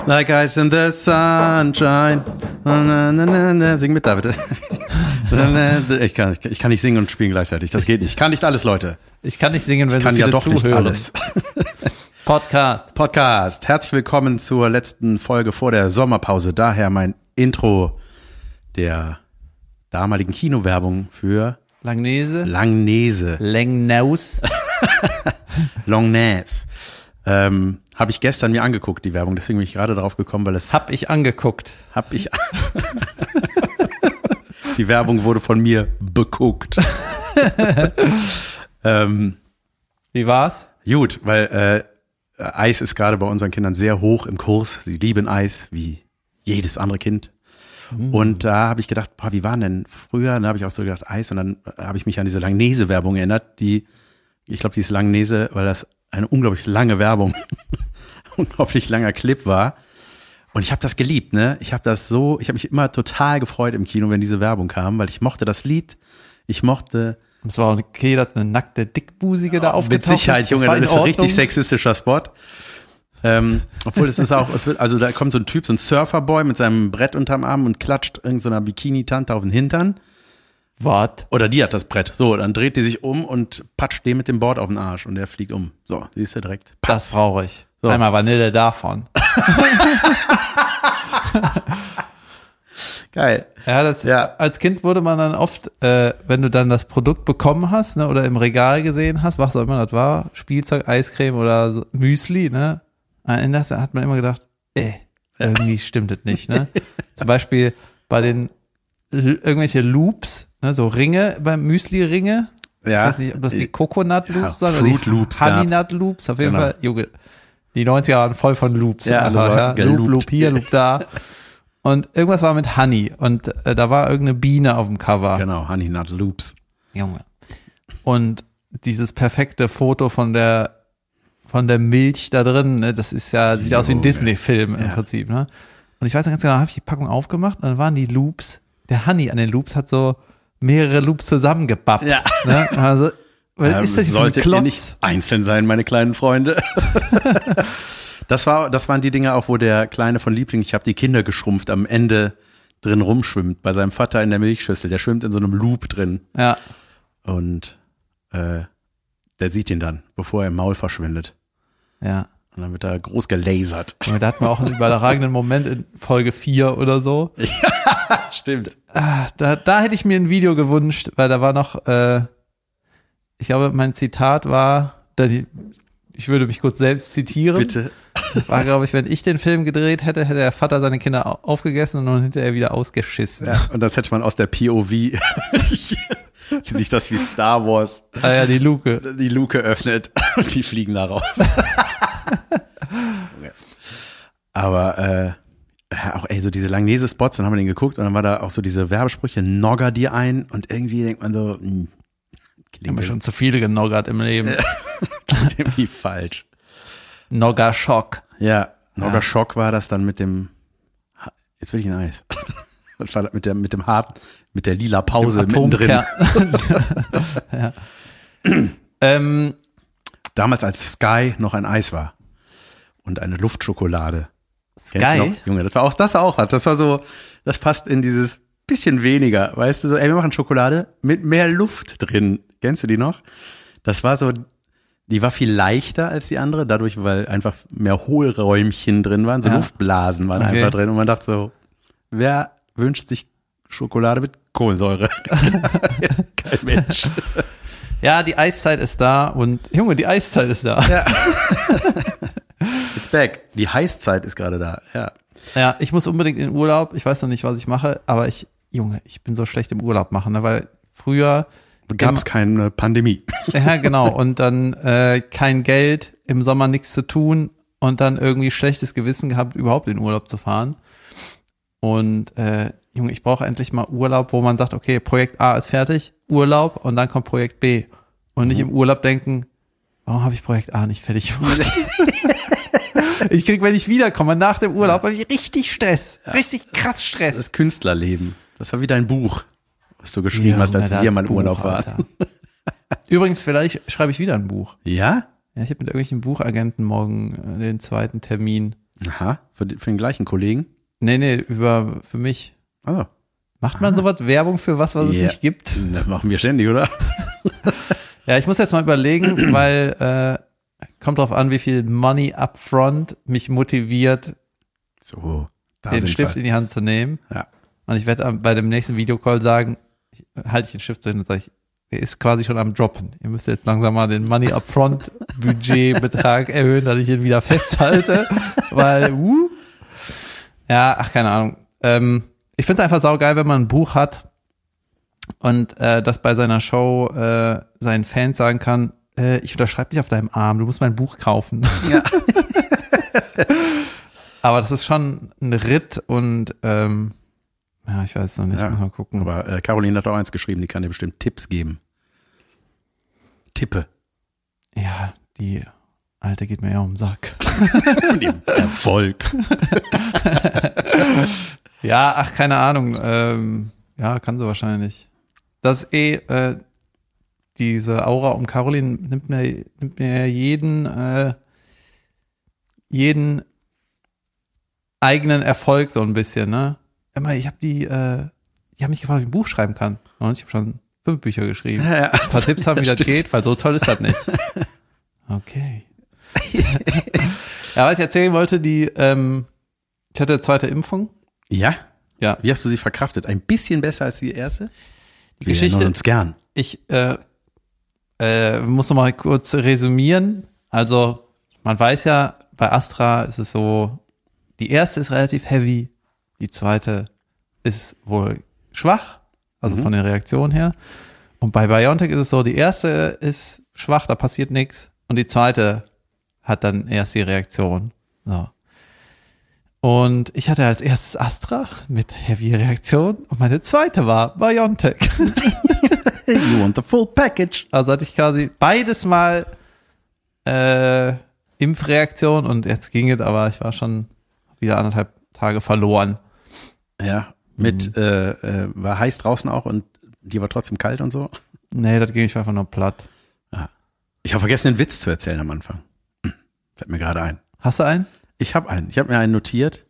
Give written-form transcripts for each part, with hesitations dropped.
Like ice in the sunshine. Sing mit da, bitte. Ich kann nicht singen und spielen gleichzeitig. Das geht nicht. Ich kann nicht alles, Leute. Ich kann nicht singen, wenn ich kann so viele ja doch zuhören. nicht alles. Podcast. Herzlich willkommen zur letzten Folge vor der Sommerpause. Daher mein Intro der damaligen Kinowerbung für Langnese. Langnaus. Longness. Habe ich gestern mir angeguckt, die Werbung. Deswegen bin ich gerade drauf gekommen, weil es... Hab ich angeguckt. Die Werbung wurde von mir beguckt. Wie war's? Gut, weil Eis ist gerade bei unseren Kindern sehr hoch im Kurs. Sie lieben Eis, wie jedes andere Kind. Und da habe ich gedacht, boah, wie waren denn früher? Dann habe ich auch so gedacht, Eis. Und dann habe ich mich an diese Langnese-Werbung erinnert. Ich glaube, die ist Langnese, weil das eine unglaublich lange Werbung, unglaublich langer Clip war. Und ich habe das geliebt, ne? Ich habe mich immer total gefreut im Kino, wenn diese Werbung kam, weil ich mochte das Lied. Es war auch okay, dass eine nackte Dickbusige da aufgetaucht ist. Mit Sicherheit, Junge, das ist ein richtig sexistischer Spot. Obwohl also da kommt so ein Typ, so ein Surferboy mit seinem Brett unterm Arm und klatscht irgendeiner Bikini-Tante auf den Hintern. Was? Oder die hat das Brett. So, dann dreht die sich um und patscht dem mit dem Board auf den Arsch und der fliegt um. So, siehst du direkt. Das brauche ich. So. Einmal Vanille davon. Geil. Ja, als Kind wurde man dann oft, wenn du dann das Produkt bekommen hast, ne, oder im Regal gesehen hast, was auch immer das war, Spielzeug, Eiscreme oder so, Müsli, ne, da hat man immer gedacht, irgendwie stimmt das nicht, ne. Zum Beispiel bei den irgendwelche Loops, ne, so Ringe, beim Müsli-Ringe. Ja. Ich weiß nicht, ob das die Coconut-Loops waren Fruit Loops, Honey Nut Loops, auf jeden Fall, Junge, die 90er waren voll von Loops. Ja, alles war Loop hier, Loop da. Und irgendwas war mit Honey und da war irgendeine Biene auf dem Cover. Genau, Honey Nut Loops. Junge. Und dieses perfekte Foto von der Milch da drin, ne, das ist ja, sieht aus wie ein Disney-Film im Prinzip, ne? Und ich weiß noch ganz genau, da habe ich die Packung aufgemacht und dann waren die Loops, der Honey an den Loops hat so mehrere Loops zusammengebappt. Ja. Ne? Also, was ist das für ein Klotz? Sollte nicht einzeln sein, meine kleinen Freunde. Das waren die Dinge auch, wo der Kleine von Liebling, ich habe die Kinder geschrumpft, am Ende drin rumschwimmt, bei seinem Vater in der Milchschüssel. Der schwimmt in so einem Loop drin. Ja. Und der sieht ihn dann, bevor er im Maul verschwindet. Ja. Und dann wird er groß gelasert. Da hatten wir auch einen überragenden Moment in Folge 4 oder so. Ja, stimmt. Da hätte ich mir ein Video gewünscht, weil da war noch, ich glaube, mein Zitat war, ich würde mich kurz selbst zitieren. Bitte. War, glaube ich, wenn ich den Film gedreht hätte der Vater seine Kinder aufgegessen und dann hinterher wieder ausgeschissen. Ja, und das hätte man aus der POV, wie sich das wie Star Wars. Ah ja, die Luke. Die Luke öffnet und die fliegen da raus. Aber auch so diese Langnese-Spots, dann haben wir den geguckt und dann war da auch so diese Werbesprüche, nogger dir ein und irgendwie denkt man so, haben wir schon zu viele genoggert im Leben. Klingt irgendwie falsch. Nogger-Schock. Ja, Nogger-Schock war das dann mit dem, jetzt will ich ein Eis. Das war mit der lila Pause mittendrin. Ja. Damals als Sky noch ein Eis war und eine Luftschokolade. Sky? Junge, das war so, das passt in dieses bisschen weniger, weißt du, so, wir machen Schokolade mit mehr Luft drin. Kennst du die noch? Das war so, die war viel leichter als die andere, dadurch, weil einfach mehr Hohlräumchen drin waren, so Luftblasen waren einfach drin und man dachte so, wer wünscht sich Schokolade mit Kohlensäure? Kein Mensch. Ja, die Eiszeit ist da und Junge, die Eiszeit ist da. Ja. It's back. Die Heißzeit ist gerade da, ja. Ja, ich muss unbedingt in Urlaub. Ich weiß noch nicht, was ich mache, aber ich bin so schlecht im Urlaub machen, ne, weil früher gab es keine Pandemie. Ja, genau. Und dann kein Geld, im Sommer nichts zu tun und dann irgendwie schlechtes Gewissen gehabt, überhaupt in Urlaub zu fahren. Und Junge, ich brauche endlich mal Urlaub, wo man sagt, okay, Projekt A ist fertig, Urlaub und dann kommt Projekt B. Und nicht im Urlaub denken, warum habe ich Projekt A nicht fertig gemacht? Ich krieg, wenn ich wiederkomme nach dem Urlaub, habe ich richtig Stress. Ja. Richtig krass Stress. Das Künstlerleben. Das war wie dein Buch, was du geschrieben hast, als wir mal im Urlaub waren. Übrigens, vielleicht schreibe ich wieder ein Buch. Ja? Ja, ich habe mit irgendwelchen Buchagenten morgen den zweiten Termin. Aha, für den gleichen Kollegen? Nee, für mich. Also. Macht man sowas, Werbung für was es nicht gibt? Das machen wir ständig, oder? Ja, ich muss jetzt mal überlegen, weil kommt drauf an, wie viel Money upfront mich motiviert, so, den Stift in die Hand zu nehmen. Ja. Und ich werde bei dem nächsten Videocall sagen, halte ich den Stift so hin und sage ich, er ist quasi schon am Droppen. Ihr müsst jetzt langsam mal den Money upfront Budgetbetrag erhöhen, dass ich ihn wieder festhalte, weil, ja, ach, keine Ahnung. Ich finde es einfach saugeil, wenn man ein Buch hat und das bei seiner Show seinen Fans sagen kann, ich unterschreibe dich auf deinem Arm, du musst mein Buch kaufen. Ja. Aber das ist schon ein Ritt und ja, ich weiß noch nicht, Ja, mal gucken. Aber Caroline hat auch eins geschrieben, die kann dir bestimmt Tipps geben. Tippe. Ja, die Alte geht mir ja um den Sack. Und im Erfolg. Ja, ach, keine Ahnung. Ja, kann sie wahrscheinlich. Das ist diese Aura um Caroline nimmt mir jeden eigenen Erfolg so ein bisschen, ne? Immer, die haben mich gefragt, ob ich ein Buch schreiben kann. Und ich habe schon 5 Bücher geschrieben. Ja, Ein paar Tipps haben, wie das geht, weil so toll ist das nicht. Okay. Ja, was ich erzählen wollte, ich hatte eine zweite Impfung. Ja? Ja. Wie hast du sie verkraftet? Ein bisschen besser als die erste? Die Geschichte, uns gern. ich muss noch mal kurz resümieren. Also, man weiß ja, bei Astra ist es so, die erste ist relativ heavy, die zweite ist wohl schwach, also von der Reaktion her. Und bei BioNTech ist es so, die erste ist schwach, da passiert nichts. Und die zweite hat dann erst die Reaktion. So. Und ich hatte als erstes Astra mit heavy Reaktion und meine zweite war BioNTech. You want the full package. Also hatte ich quasi beides mal Impfreaktion und jetzt ging es, aber ich war schon wieder 1,5 Tage verloren. Ja, war heiß draußen auch und die war trotzdem kalt und so. Nee, das ging, ich war einfach nur platt. Ja. Ich habe vergessen, den Witz zu erzählen am Anfang. Fällt mir gerade ein. Hast du einen? Ich habe einen. Ich habe mir einen notiert.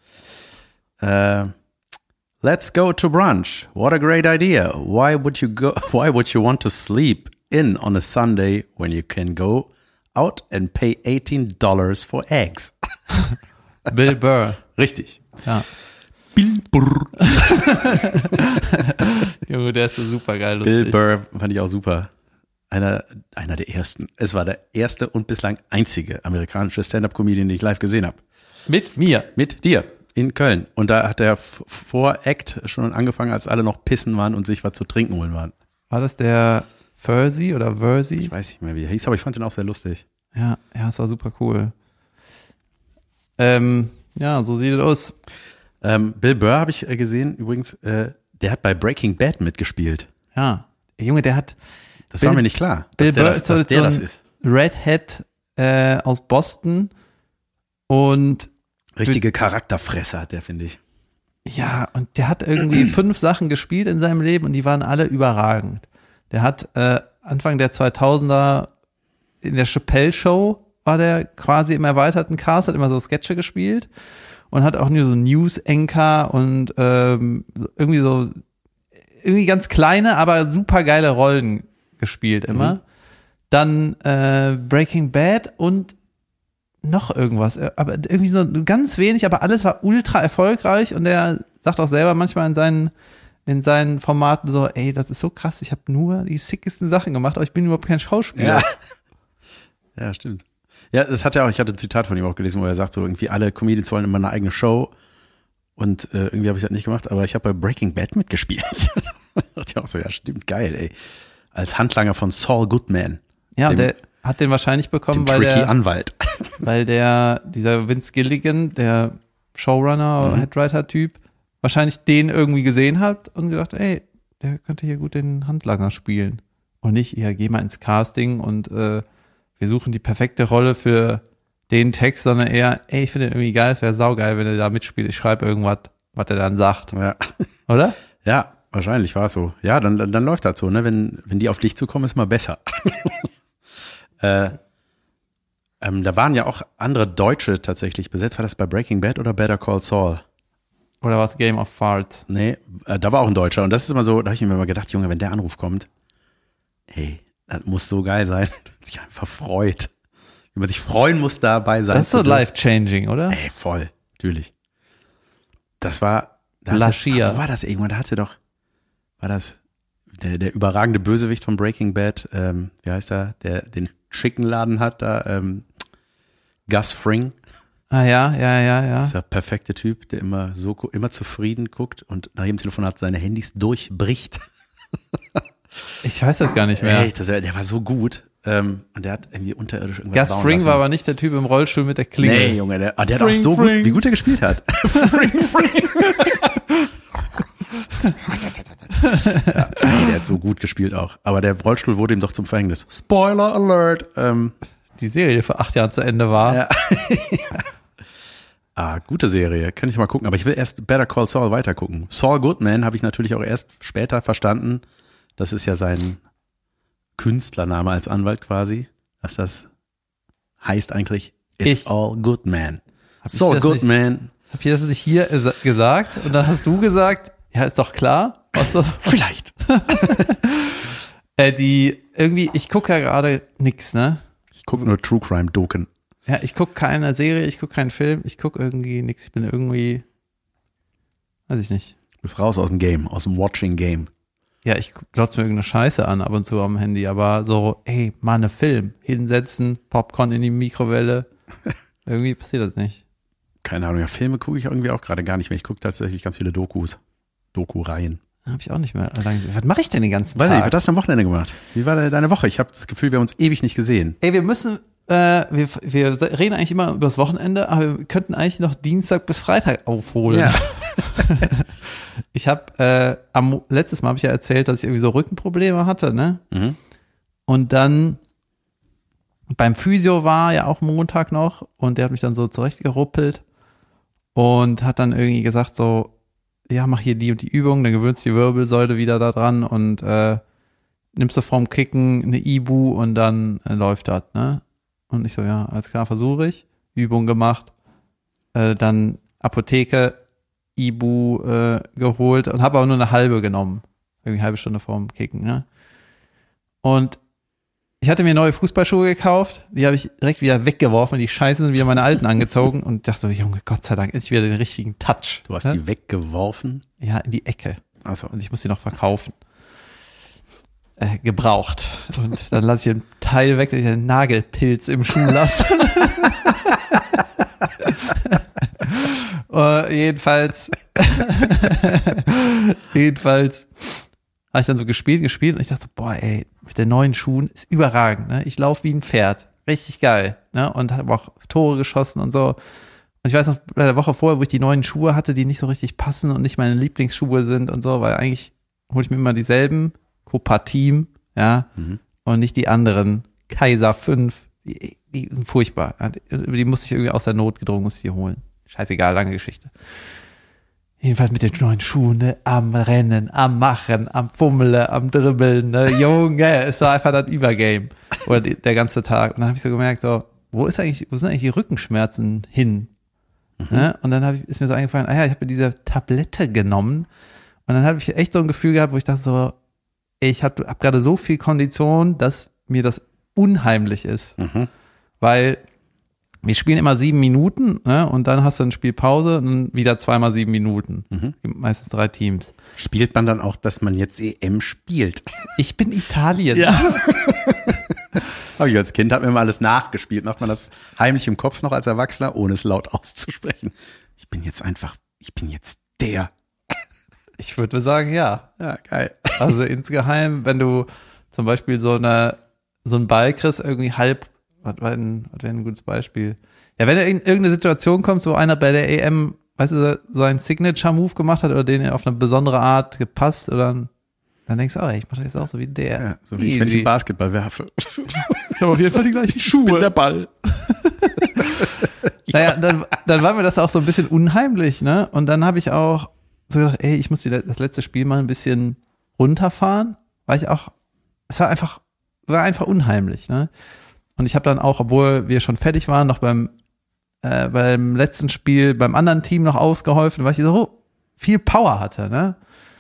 Let's go to brunch. What a great idea. Why would you want to sleep in on a Sunday when you can go out and pay $18 for eggs? Bill Burr. Richtig. Ja. Bill Burr. Junge, der ist so super geil lustig. Bill Burr fand ich auch super. Einer der ersten. Es war der erste und bislang einzige amerikanische Stand-Up-Comedian, den ich live gesehen habe. Mit mir? Mit dir in Köln. Und da hat der vor Act schon angefangen, als alle noch pissen waren und sich was zu trinken holen waren. War das der Versi oder Versi? Ich weiß nicht mehr, wie er hieß, aber ich fand den auch sehr lustig. Ja, es war super cool. Ja, so sieht es aus. Bill Burr habe ich gesehen, übrigens, der hat bei Breaking Bad mitgespielt. Ja, Junge, der hat. Das war mir nicht klar, Bill Burr dass der das ist. Redhead aus Boston und Richtige Charakterfresser hat der, finde ich. ja, und der hat irgendwie 5 Sachen gespielt in seinem Leben und die waren alle überragend. Der hat Anfang der 2000er in der Chappelle Show war der quasi im erweiterten Cast, hat immer so Sketche gespielt und hat auch nur so News-Anchor und irgendwie ganz kleine, aber super geile Rollen gespielt immer. Dann Breaking Bad und noch irgendwas, aber irgendwie so ganz wenig, aber alles war ultra erfolgreich und er sagt auch selber manchmal in seinen Formaten so, ey, das ist so krass, ich habe nur die sickesten Sachen gemacht, aber ich bin überhaupt kein Schauspieler. Ja, stimmt. Ja, das hat er auch, ich hatte ein Zitat von ihm auch gelesen, wo er sagt, so irgendwie alle Comedians wollen immer eine eigene Show und irgendwie habe ich das nicht gemacht, aber ich habe bei Breaking Bad mitgespielt. Da dachte ich auch so, ja, stimmt, geil, ey. Als Handlanger von Saul Goodman. Ja, der hat den wahrscheinlich bekommen, dem tricky Anwalt. Weil dieser Vince Gilligan, der Showrunner, Headwriter-Typ, wahrscheinlich den irgendwie gesehen hat und gedacht, ey, der könnte hier gut den Handlanger spielen. Und nicht, ja, geh mal ins Casting und wir suchen die perfekte Rolle für den Text, sondern eher, ey, ich finde den irgendwie geil, es wäre saugeil, wenn er da mitspielt. Ich schreibe irgendwas, was er dann sagt. Ja. Oder? Ja, wahrscheinlich war es so. Ja, dann läuft das so, ne? Wenn die auf dich zukommen, ist mal besser. Da waren ja auch andere Deutsche tatsächlich besetzt. War das bei Breaking Bad oder Better Call Saul? Oder was Game of Farts? Nee, da war auch ein Deutscher. Und das ist immer so, da habe ich mir immer gedacht, Junge, wenn der Anruf kommt, hey, das muss so geil sein, dass man sich einfach freut. Wie man sich freuen muss, dabei sein. Das ist so life-changing, oder? Ey, voll, natürlich. Das war, Laschia. Wo war das irgendwann? War das der überragende Bösewicht von Breaking Bad, wie heißt er, der den Chickenladen hat, da, Gus Fring. Ah ja. Dieser perfekte Typ, der immer zufrieden guckt und nach jedem Telefonat seine Handys durchbricht. Ich weiß das gar nicht mehr. Ey, der war so gut. Und der hat irgendwie unterirdisch irgendwas Gus Fring war aber nicht der Typ im Rollstuhl mit der Klingel. Nee, Junge, der hat auch so gut, wie gut er gespielt hat. Fring. Ja, nee, der hat so gut gespielt auch. Aber der Rollstuhl wurde ihm doch zum Verhängnis. Spoiler Alert. Die Serie vor 8 Jahren zu Ende war. Ja. Gute Serie. Kann ich mal gucken. Aber ich will erst Better Call Saul weitergucken. Saul Goodman habe ich natürlich auch erst später verstanden. Das ist ja sein Künstlername als Anwalt quasi. Dass das heißt eigentlich It's All Good Man. Saul Goodman. Hab ich das nicht hier gesagt? Und dann hast du gesagt, ja, ist doch klar. Was das? Vielleicht. Ich gucke ja gerade nix, ne? Ich gucke nur True Crime Doken. Ja, ich gucke keine Serie, ich gucke keinen Film, ich gucke irgendwie nix. Ich bin irgendwie, weiß ich nicht. Bist raus aus dem Game, aus dem Watching Game. Ja, ich glotze mir irgendeine Scheiße an ab und zu am Handy, aber so, ey, mal eine Film, hinsetzen, Popcorn in die Mikrowelle. Irgendwie passiert das nicht. Keine Ahnung, ja, Filme gucke ich irgendwie auch gerade gar nicht mehr. Ich gucke tatsächlich ganz viele Doku-Reihen. Habe ich auch nicht mehr. Was mache ich denn den ganzen Tag? Weiß nicht, was hast du am Wochenende gemacht? Wie war deine Woche? Ich habe das Gefühl, wir haben uns ewig nicht gesehen. Ey, wir müssen, wir reden eigentlich immer über das Wochenende, aber wir könnten eigentlich noch Dienstag bis Freitag aufholen. Ja. Ich habe, letztes Mal habe ich ja erzählt, dass ich irgendwie so Rückenprobleme hatte, ne? Mhm. Und dann beim Physio war ja auch Montag noch und der hat mich dann so zurechtgeruppelt und hat dann irgendwie gesagt so, ja, mach hier die und die Übung, dann gewöhnst du die Wirbelsäule wieder da dran und nimmst du vorm Kicken eine Ibu und dann läuft das, ne? Und ich so, ja, alles klar, versuche ich. Übung gemacht, dann Apotheke, Ibu geholt und habe aber nur eine halbe genommen. Irgendwie eine halbe Stunde vorm Kicken, ne? Und ich hatte mir neue Fußballschuhe gekauft, die habe ich direkt wieder weggeworfen, die Scheiße sind wieder meine alten angezogen und dachte, Junge, Gott sei Dank, endlich wieder den richtigen Touch. Du hast die weggeworfen? Ja, in die Ecke. Ach so. Und ich muss die noch verkaufen. Gebraucht. Und dann lasse ich einen Teil weg, dass ich einen Nagelpilz im Schuh lasse. Jedenfalls habe ich dann so gespielt und ich dachte, boah, ey, mit den neuen Schuhen ist überragend, ne? Ich laufe wie ein Pferd. Richtig geil, ne? Und habe auch Tore geschossen und so. Und ich weiß noch, bei der Woche vorher, wo ich die neuen Schuhe hatte, die nicht so richtig passen und nicht meine Lieblingsschuhe sind und so, weil eigentlich hole ich mir immer dieselben, Copa-Team, ja, und nicht die anderen Kaiser 5, die sind furchtbar. Die musste ich irgendwie aus der Not gedrungen, musste ich die holen. Scheißegal, lange Geschichte. Jedenfalls mit den neuen Schuhen, ne? Am Rennen, am Machen, am Fummeln, am Dribbeln, ne? Junge, es war einfach das Übergame. Oder der ganze Tag. Und dann habe ich so gemerkt, so, wo sind eigentlich die Rückenschmerzen hin? Ne? Und dann ist mir so eingefallen, ich habe mir diese Tablette genommen. Und dann habe ich echt so ein Gefühl gehabt, wo ich dachte so, ich habe gerade so viel Kondition, dass mir das unheimlich ist. Weil wir spielen immer 7 Minuten, ne? Und dann hast du eine Spielpause und dann wieder 2 mal 7 Minuten. Meistens 3 Teams. Spielt man dann auch, dass man jetzt EM spielt? Ich bin Italien. Ja. Aber ich als Kind habe mir immer alles nachgespielt. Macht man das heimlich im Kopf noch als Erwachsener, ohne es laut auszusprechen. Ich bin jetzt der. Ich würde sagen, ja. Ja, geil. Also insgeheim, wenn du zum Beispiel so einen Ball kriegst, irgendwie halb, was wäre ein gutes Beispiel? Ja, wenn du in irgendeine Situation kommst, wo einer bei der EM, weißt du, so einen Signature-Move gemacht hat oder den auf eine besondere Art gepasst oder dann denkst du, ich mache das jetzt auch so wie der. Ja, so wie ich, wenn ich den Basketball werfe. Ich habe auf jeden Fall die gleichen Schuhe. Ich bin der Ball. Naja, dann war mir das auch so ein bisschen unheimlich, ne? Und dann habe ich auch so gedacht, ich muss das letzte Spiel mal ein bisschen runterfahren, weil es war einfach unheimlich, ne? Und ich habe dann auch, obwohl wir schon fertig waren, noch beim letzten Spiel beim anderen Team noch ausgeholfen, weil ich so viel Power hatte, ne?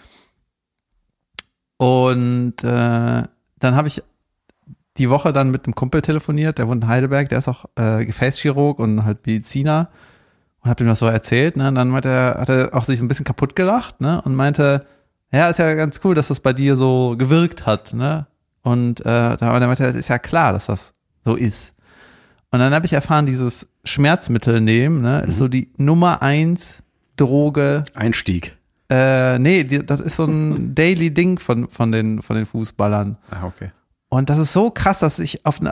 Und dann habe ich die Woche dann mit einem Kumpel telefoniert, der wohnt in Heidelberg, der ist auch Gefäßchirurg und halt Mediziner und hab ihm das so erzählt, ne? Und dann hat er auch sich so ein bisschen kaputt gelacht, ne? Und meinte, ja, ist ja ganz cool, dass das bei dir so gewirkt hat, ne? Und dann meinte er, es ist ja klar, dass das so ist. Und dann habe ich erfahren, dieses Schmerzmittel nehmen, ne, ist so die Nummer 1 Droge. Einstieg. Das ist so ein Daily-Ding von den Fußballern. Ah, okay. Und das ist so krass, dass ich auf einem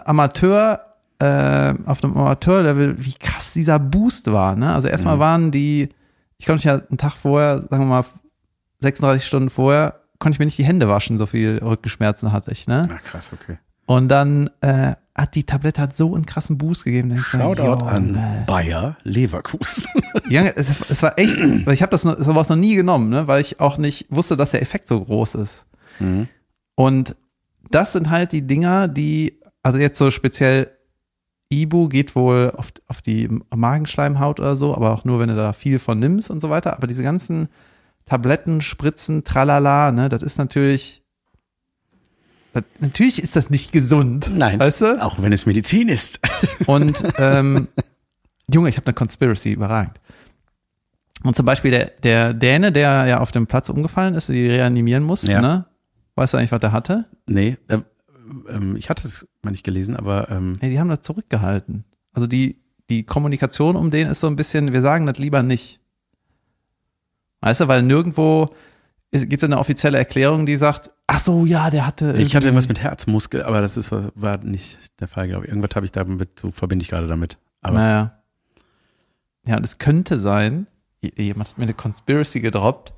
Amateurlevel, wie krass dieser Boost war, ne? Also erstmal waren ich konnte mich ja einen Tag vorher, sagen wir mal 36 Stunden vorher, konnte ich mir nicht die Hände waschen, so viel Rückenschmerzen hatte ich, ne? Ah, krass, okay. Und dann hat die Tablette so einen krassen Boost gegeben. Shoutout an Bayer Leverkusen. Ja, es war echt, weil ich habe sowas noch nie genommen, ne, weil ich auch nicht wusste, dass der Effekt so groß ist. Mhm. Und das sind halt die Dinger, also jetzt so speziell Ibu geht wohl auf die Magenschleimhaut oder so, aber auch nur, wenn du da viel von nimmst und so weiter. Aber diese ganzen Tabletten, Spritzen, tralala, ne, das ist natürlich ist das nicht gesund. Nein, weißt du? Auch wenn es Medizin ist. Und Junge, ich habe eine Conspiracy, überragend. Und zum Beispiel der Däne, der ja auf dem Platz umgefallen ist, die reanimieren mussten, ne? Weißt du eigentlich, was der hatte? Nee, ich hatte es mal nicht gelesen, aber Die haben das zurückgehalten. Also die Kommunikation um den ist so ein bisschen, wir sagen das lieber nicht. Weißt du, weil nirgendwo gibt es eine offizielle Erklärung, die sagt, ach so, ja, der hatte. Ich hatte irgendwas mit Herzmuskel, aber das war nicht der Fall, glaube ich. Irgendwas habe ich damit, so verbinde ich gerade damit. Aber naja. Ja, und es könnte sein, jemand hat mir eine Conspiracy gedroppt,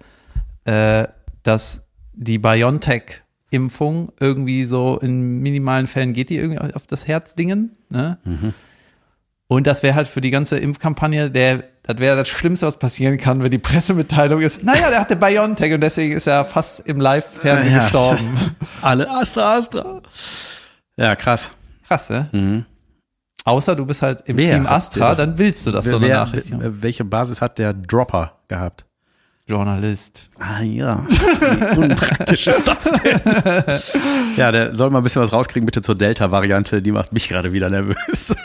dass die BioNTech-Impfung irgendwie so in minimalen Fällen geht die irgendwie auf das Herzdingen, ne? Mhm. Und das wäre halt für die ganze Impfkampagne, das wäre das Schlimmste, was passieren kann, wenn die Pressemitteilung ist, naja, der hatte BioNTech und deswegen ist er fast im Live-Fernsehen gestorben. Alle Astra. Ja, krass. Krass, ne? Mhm. Außer du bist halt im Team Astra, dann willst du das so eine Nachricht. Welche Basis hat der Dropper gehabt? Journalist. Ah ja, wie unpraktisch ist das denn? Ja, der soll mal ein bisschen was rauskriegen, bitte zur Delta-Variante, die macht mich gerade wieder nervös.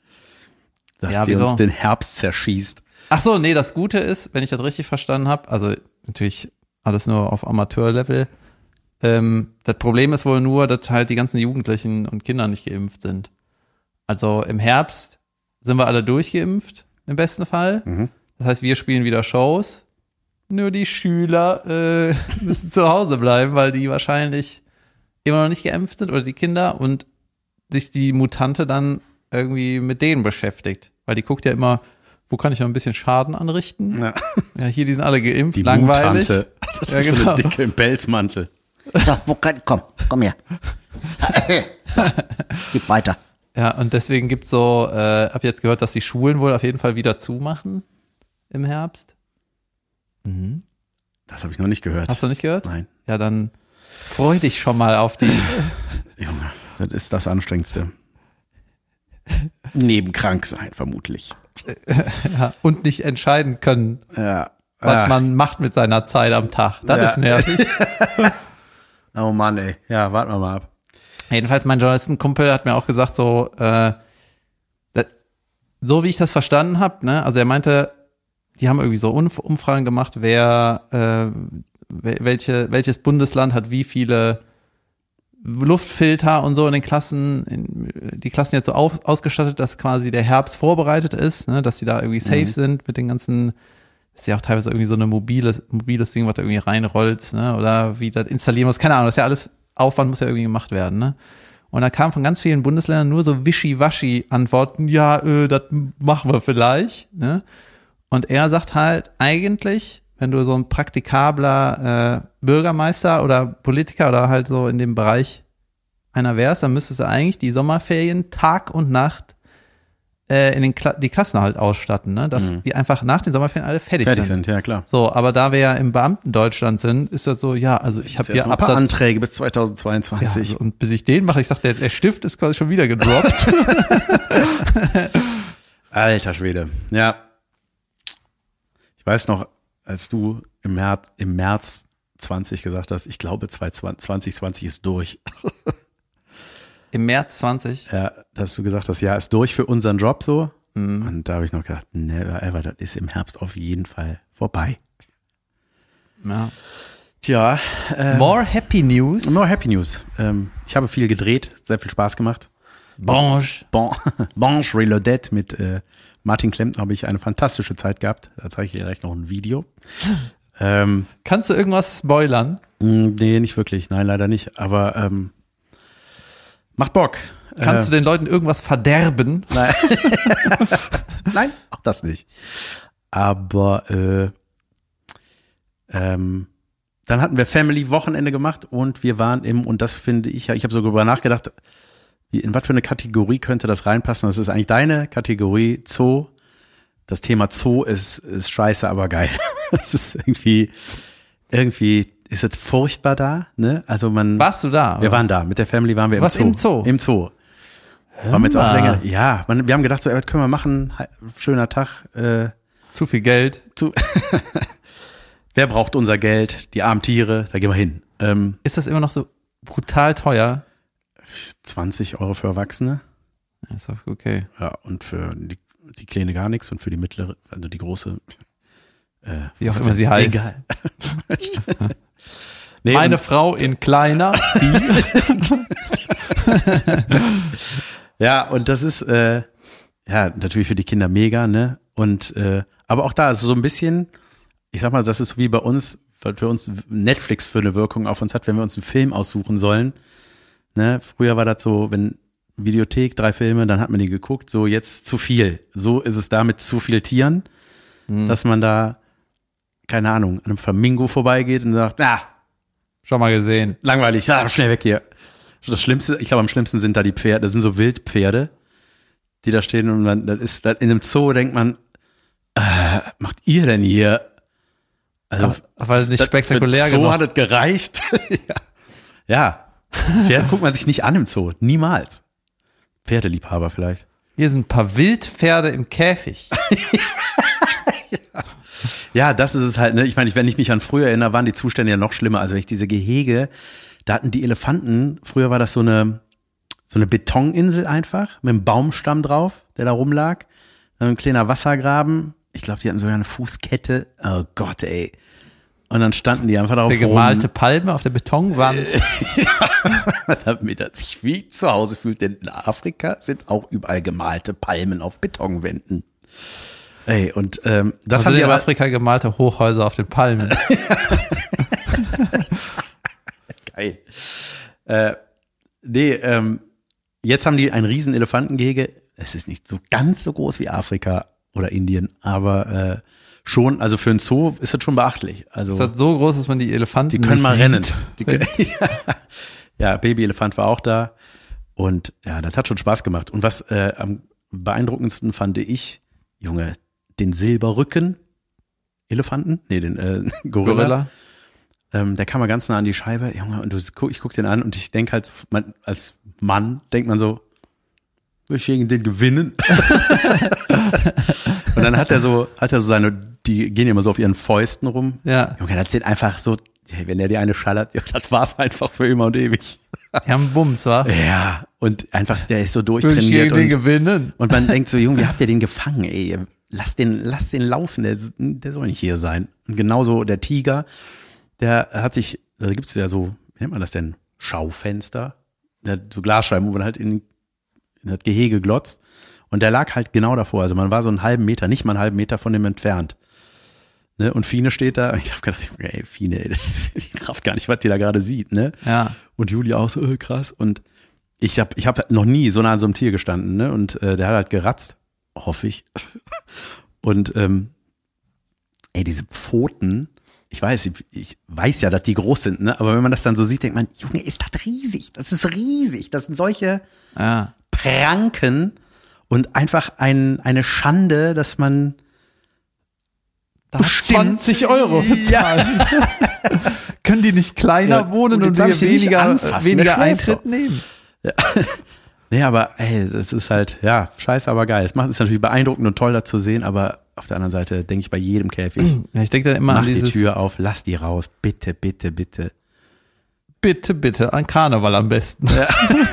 Dass die uns den Herbst zerschießt. Ach so, nee, das Gute ist, wenn ich das richtig verstanden habe, also natürlich alles nur auf Amateurlevel, das Problem ist wohl nur, dass halt die ganzen Jugendlichen und Kinder nicht geimpft sind. Also im Herbst sind wir alle durchgeimpft, im besten Fall. Mhm. Das heißt, wir spielen wieder Shows. Nur die Schüler müssen zu Hause bleiben, weil die wahrscheinlich immer noch nicht geimpft sind oder die Kinder und sich die Mutante dann irgendwie mit denen beschäftigt. Weil die guckt ja immer, wo kann ich noch ein bisschen Schaden anrichten? Ja, hier, die sind alle geimpft, die langweilig. Mutante. Das ist so eine dicke im Pelzmantel. So, komm her. So, gib weiter. Ja, und deswegen gibt's so, hab jetzt gehört, dass die Schulen wohl auf jeden Fall wieder zumachen im Herbst. Mhm. Das habe ich noch nicht gehört. Hast du nicht gehört? Nein. Ja, dann freu dich schon mal auf die. Junge, das ist das Anstrengendste. Neben krank sein, vermutlich. Ja, und nicht entscheiden können, Ja. was man macht mit seiner Zeit am Tag. Das ist nervig. Oh Mann, ey. Ja, warten wir mal ab. Jedenfalls, mein Journalistenkumpel hat mir auch gesagt, so wie ich das verstanden habe, ne, also er meinte, die haben irgendwie so Umfragen gemacht, welches Bundesland hat wie viele Luftfilter und so in den Klassen, die Klassen jetzt so ausgestattet, dass quasi der Herbst vorbereitet ist, ne, dass die da irgendwie safe sind mit den ganzen, das ist ja auch teilweise irgendwie so eine mobiles Ding, was da irgendwie reinrollt, ne, oder wie das installieren muss, keine Ahnung, das ist ja alles, Aufwand muss ja irgendwie gemacht werden, ne. Und da kam von ganz vielen Bundesländern nur so wischiwaschi Antworten, ja, das machen wir vielleicht, ne. Und er sagt halt, eigentlich, wenn du so ein praktikabler Bürgermeister oder Politiker oder halt so in dem Bereich einer wärst, dann müsstest du eigentlich die Sommerferien Tag und Nacht die Klassen halt ausstatten, ne? Dass die einfach nach den Sommerferien alle fertig sind. Ja klar. So, aber da wir ja im Beamtendeutschland sind, ist das so, ja, also ich habe hier ein paar Anträge bis 2022. Ja, also, und bis ich den mache, ich sag, der Stift ist quasi schon wieder gedroppt. Alter Schwede. Ja. Ich weiß noch, als du im März 20 gesagt hast, ich glaube 2020 ist durch. Im März 20? Ja, dass du gesagt hast, ja, ist durch für unseren Job so. Und da habe ich noch gedacht, never ever, das ist im Herbst auf jeden Fall vorbei. Ja. Tja. More Happy News. Ich habe viel gedreht, sehr viel Spaß gemacht. Blanche Reloaded mit Martin Klempner habe ich eine fantastische Zeit gehabt. Da zeige ich dir gleich noch ein Video. Kannst du irgendwas spoilern? Nee, nicht wirklich. Nein, leider nicht. Aber macht Bock. Kannst du den Leuten irgendwas verderben? Nein. Nein, auch das nicht. Aber dann hatten wir Family-Wochenende gemacht und wir waren und das finde ich habe so darüber nachgedacht, in was für eine Kategorie könnte das reinpassen? Das ist eigentlich deine Kategorie Zoo. Das Thema Zoo ist scheiße, aber geil. Das ist irgendwie ist es furchtbar da, ne? Also Warst du da? Wir waren da. Mit der Family waren wir im Zoo. Was, im Zoo? Im Zoo. Waren wir jetzt auch länger. Ja, wir haben gedacht, so, was können wir machen? Schöner Tag. Zu viel Geld. Wer braucht unser Geld? Die armen Tiere, da gehen wir hin. Ist das immer noch so brutal teuer? 20 Euro für Erwachsene. Ist doch okay. Ja, und für die Kleine gar nichts und für die mittlere, also die große. Wie auch immer sie heißt. Egal. Nee, Meine Frau in kleiner. Ja, und das ist ja natürlich für die Kinder mega, ne? Und aber auch da ist so ein bisschen, ich sag mal, das ist so wie bei uns, weil für uns Netflix für eine Wirkung auf uns hat, wenn wir uns einen Film aussuchen sollen. Ne? Früher war das so, wenn Videothek 3 Filme, dann hat man die geguckt, so jetzt zu viel. So ist es da mit zu viel Tieren, dass man da, keine Ahnung, an einem Flamingo vorbeigeht und sagt, Schon mal gesehen. langweilig, schnell weg hier. Das Schlimmste, ich glaube, am schlimmsten sind da die Pferde, das sind so Wildpferde, die da stehen und man, das ist, in einem Zoo denkt man, macht ihr denn hier? Also, weil es nicht spektakulär für Zoo genug. hat es gereicht. Ja. Pferd guckt man sich nicht an im Zoo. Niemals. Pferdeliebhaber vielleicht. Hier sind ein paar Wildpferde im Käfig. Ja, das ist es halt, ne? Ich meine, wenn ich mich an früher erinnere, waren die Zustände ja noch schlimmer. Also wenn ich diese Gehege, da hatten die Elefanten, früher war das so eine Betoninsel einfach, mit einem Baumstamm drauf, der da rumlag. Dann ein kleiner Wassergraben. Ich glaube, die hatten sogar eine Fußkette. Oh Gott, ey. Und dann standen die einfach darauf Der gemalte Palme auf der Betonwand. Damit er sich wie zu Hause fühlt, denn in Afrika sind auch überall gemalte Palmen auf Betonwänden. Ey, und das Was haben sind die in aber Afrika gemalte Hochhäuser auf den Palmen? geil. Jetzt haben die ein riesen Elefantengehege. Es ist nicht so ganz so groß wie Afrika oder Indien, aber schon, also für ein Zoo ist das schon beachtlich. Also Ist das so groß, dass man die Elefanten die können nicht mal sieht? rennen. Ja, Babyelefant war auch da und ja, das hat schon Spaß gemacht. Und was am beeindruckendsten fand ich, Junge, den Silberrücken-Elefanten, den Gorilla. Der kam mal ganz nah an die Scheibe, Junge, und ich guck den an und ich denke halt, als Mann denkt man so, will ich gegen den gewinnen? Und dann hat er so die gehen immer so auf ihren Fäusten rum. Ja. Junge, das sind einfach so, wenn der die eine schallert, ja, das war's einfach für immer und ewig. Die haben Bums, wa? Ja, und einfach, der ist so Will ich durchtrainiert. gegen den gewinnen? Und man denkt so, Junge, wie habt ihr den gefangen, ey? Lass den laufen, der soll nicht hier sein. Und genauso der Tiger, der hat sich, da gibt's ja so, wie nennt man das denn? Schaufenster. Der hat so Glasscheiben, wo man halt in das Gehege glotzt. Und der lag halt genau davor. Also man war so nicht mal einen halben Meter von dem entfernt. Ne? Und Fine steht da. Ich hab gedacht, ey, Fine, ey, ich raff gar nicht, was die da gerade sieht, ne? Ja. Und Julia auch so, krass. Und ich hab noch nie so nah an so einem Tier gestanden, ne? Und der hat halt geratzt. Hoffe ich. Und diese Pfoten, ich weiß ja, dass die groß sind, ne? Aber wenn man das dann so sieht, denkt man, Junge, ist das riesig. Das ist riesig. Das sind solche Pranken. Und einfach eine Schande, dass man da 20 € bezahlt. Können die nicht kleiner wohnen und wir weniger Eintritt nehmen? Ja. Nee, aber ey, es ist halt, ja, scheiße, aber geil. Es ist natürlich beeindruckend und toll, da zu sehen, aber auf der anderen Seite denke ich bei jedem Käfig, ja, ich denke dann immer mach an die Tür auf, lass die raus, bitte, bitte, bitte. Bitte, bitte, an Karneval am besten. Ja.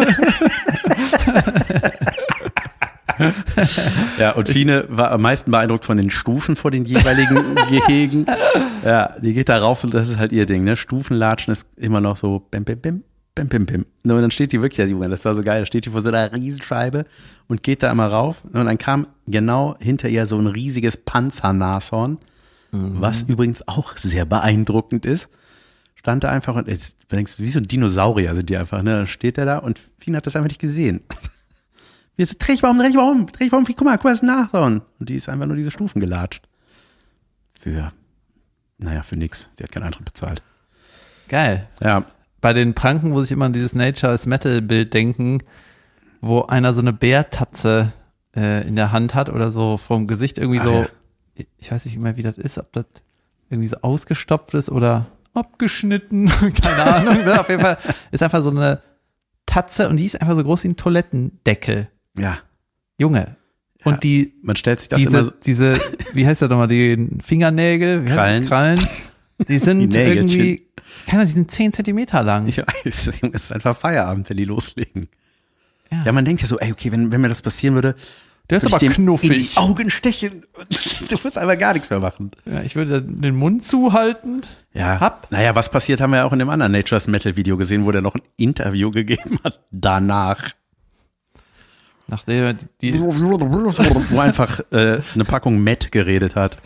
Ja, und Fine war am meisten beeindruckt von den Stufen vor den jeweiligen Gehegen. Ja, die geht da rauf und das ist halt ihr Ding, ne? Stufenlatschen ist immer noch so bim, bim, bim. Bim, bim, bim. Und dann steht die wirklich, Junge, das war so geil, da steht die vor so einer Riesenscheibe und geht da immer rauf. Und dann kam genau hinter ihr so ein riesiges Panzernashorn, was übrigens auch sehr beeindruckend ist. Stand da einfach und jetzt denkst du, wie so ein Dinosaurier sind die einfach, ne? Dann steht der da und Fien hat das einfach nicht gesehen. Wir so, dreh ich mal um, guck mal, das ist ein Nashorn. Und die ist einfach nur diese Stufen gelatscht. Für nix. Die hat keinen Eintritt bezahlt. Geil. Ja. Bei den Pranken muss ich immer an dieses Nature is Metal Bild denken, wo einer so eine Bärtatze in der Hand hat oder so vom Gesicht irgendwie so, ja. Ich weiß nicht mehr, wie das ist, ob das irgendwie so ausgestopft ist oder abgeschnitten, keine Ahnung. Ne? Auf jeden Fall ist einfach so eine Tatze und die ist einfach so groß wie ein Toilettendeckel. Ja. Junge. Und ja, man stellt sich das immer so. Diese, wie heißt das nochmal, die Fingernägel? Krallen. Die sind die irgendwie, die sind 10 Zentimeter lang. Ich weiß, es ist einfach Feierabend, wenn die loslegen. Ja, man denkt ja so, ey, okay, wenn mir das passieren würde, der ist aber knuffig. In die Augen stechen. Du musst einfach gar nichts mehr machen. Ja, ich würde den Mund zuhalten. Ja. Naja, was passiert, haben wir ja auch in dem anderen Nature's Metal Video gesehen, wo der noch ein Interview gegeben hat danach. Nachdem wo einfach eine Packung Met geredet hat.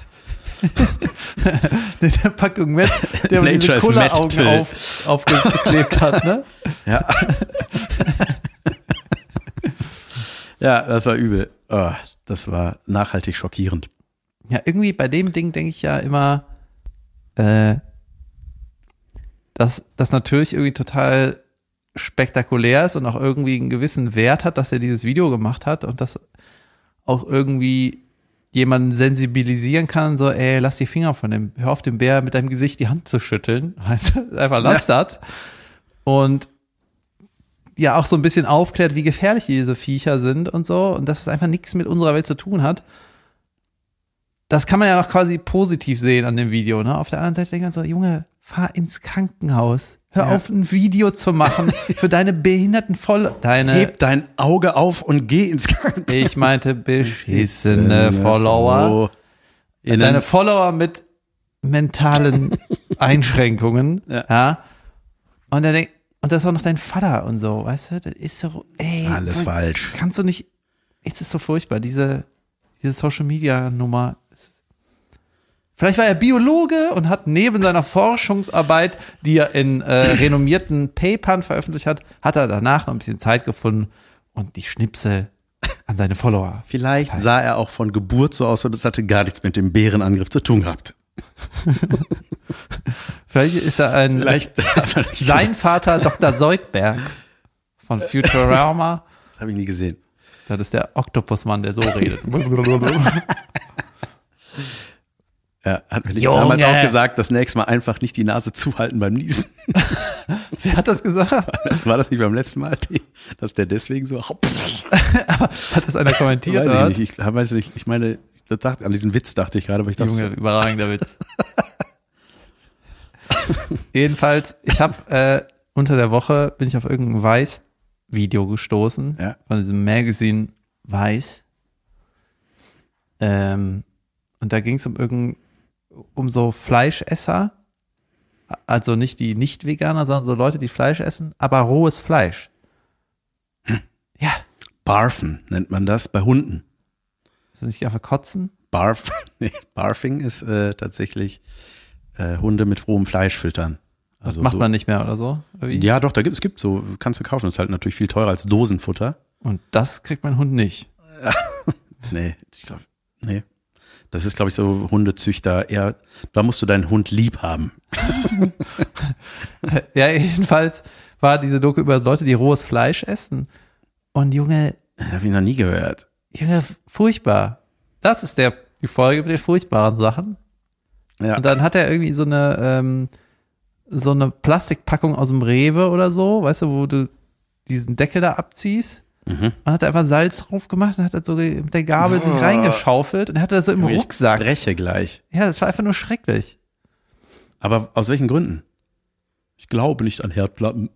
Der Packung Met, der diese Cola-Augen aufgeklebt hat, ne? Ja. Ja, das war übel. Oh, das war nachhaltig schockierend. Ja, irgendwie bei dem Ding denke ich ja immer, dass das natürlich irgendwie total spektakulär ist und auch irgendwie einen gewissen Wert hat, dass er dieses Video gemacht hat und das auch irgendwie jemanden sensibilisieren kann, so, ey, lass die Finger von dem, hör auf dem Bär mit deinem Gesicht die Hand zu schütteln, weißt du, einfach lass das. Und ja auch so ein bisschen aufklärt, wie gefährlich diese Viecher sind und so und dass es einfach nichts mit unserer Welt zu tun hat. Das kann man ja noch quasi positiv sehen an dem Video, ne? Auf der anderen Seite denkt man so, Junge, fahr ins Krankenhaus. Hör auf, ein Video zu machen für deine behinderten Heb dein Auge auf und geh ins Krankenhaus. Ich meinte beschissene Follower. Deine Follower mit mentalen Einschränkungen. Ja. Und das ist auch noch dein Vater und so, weißt du? Das ist so, ey. Alles falsch. Kannst du nicht, es ist so furchtbar, diese Social-Media-Nummer. Vielleicht war er Biologe und hat neben seiner Forschungsarbeit, die er in renommierten Papern veröffentlicht hat, hat er danach noch ein bisschen Zeit gefunden und die Schnipsel an seine Follower. Vielleicht sah er auch von Geburt so aus und das hatte gar nichts mit dem Bärenangriff zu tun gehabt. Vielleicht ist er sein Vater Dr. Seugberg von Futurama. Das habe ich nie gesehen. Das ist der Oktopusmann, der so redet. Ja, hat mir damals auch gesagt, das nächste Mal einfach nicht die Nase zuhalten beim Niesen. Wer hat das gesagt? War das nicht beim letzten Mal, dass der deswegen so. Aber hat das einer kommentiert? Weiß ich nicht. Weiß nicht. Ich meine, an diesen Witz dachte ich gerade, aber ich dachte. Junge, überragender Witz. Jedenfalls, ich habe unter der Woche bin ich auf irgendein Weiß-Video gestoßen von diesem Magazine Weiß. Und da ging es um so Fleischesser, also nicht die Nicht-Veganer, sondern so Leute, die Fleisch essen, aber rohes Fleisch. Ja. Barfen nennt man das bei Hunden. Ist das nicht einfach kotzen? Barfing ist tatsächlich Hunde mit rohem Fleisch füttern. Also macht man nicht mehr oder so? Oder wie? Ja, doch, es gibt so, kannst du kaufen. Das ist halt natürlich viel teurer als Dosenfutter. Und das kriegt mein Hund nicht. Nee, ich glaube, nee. Das ist, glaube ich, so Hundezüchter eher, da musst du deinen Hund lieb haben. Ja, jedenfalls war diese Doku über Leute, die rohes Fleisch essen. Und Junge. Habe ich noch nie gehört. Ja, furchtbar. Das ist die Folge mit den furchtbaren Sachen. Ja. Und dann hat er irgendwie so eine Plastikpackung aus dem Rewe oder so, weißt du, wo du diesen Deckel da abziehst. Und hat einfach Salz drauf gemacht und hat das so mit der Gabel sich reingeschaufelt und hatte das so im Rucksack. Ich breche gleich. Ja, das war einfach nur schrecklich. Aber aus welchen Gründen? Ich glaube nicht an Herdplatten.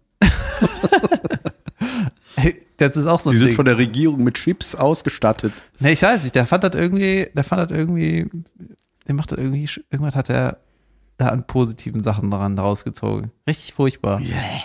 Das ist auch so ein Die sind Ding. von der Regierung mit Chips ausgestattet. Nee, ich weiß nicht, der macht das irgendwie, irgendwas hat er da an positiven Sachen daran rausgezogen. Richtig furchtbar.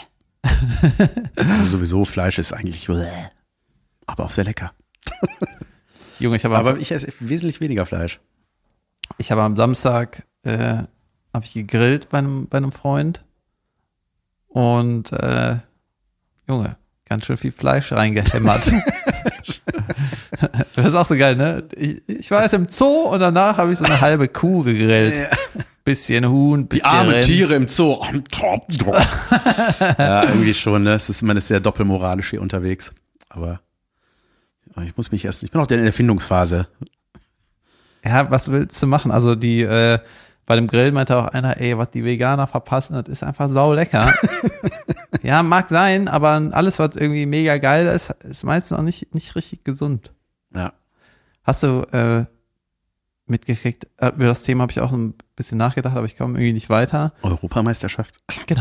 Also sowieso, Fleisch ist eigentlich, aber auch sehr lecker. Junge, Aber ich esse wesentlich weniger Fleisch. Ich habe am Samstag habe ich gegrillt bei einem Freund und Junge, ganz schön viel Fleisch reingehämmert. Das ist auch so geil, ne? Ich war erst im Zoo und danach habe ich so eine halbe Kuh gegrillt. Ja. Bisschen Huhn, bisschen Die armen Rind. Tiere im Zoo. Ja, irgendwie schon, ne? Man ist sehr doppelmoralisch hier unterwegs. Aber ich bin auch in der Findungsphase. Ja, was willst du machen? Also bei dem Grill meinte auch einer, was die Veganer verpassen, das ist einfach sau lecker. Ja, mag sein, aber alles, was irgendwie mega geil ist, ist meistens auch nicht richtig gesund. Ja. Hast du mitgekriegt, über das Thema habe ich auch ein bisschen nachgedacht, aber ich komme irgendwie nicht weiter. Europameisterschaft. Genau.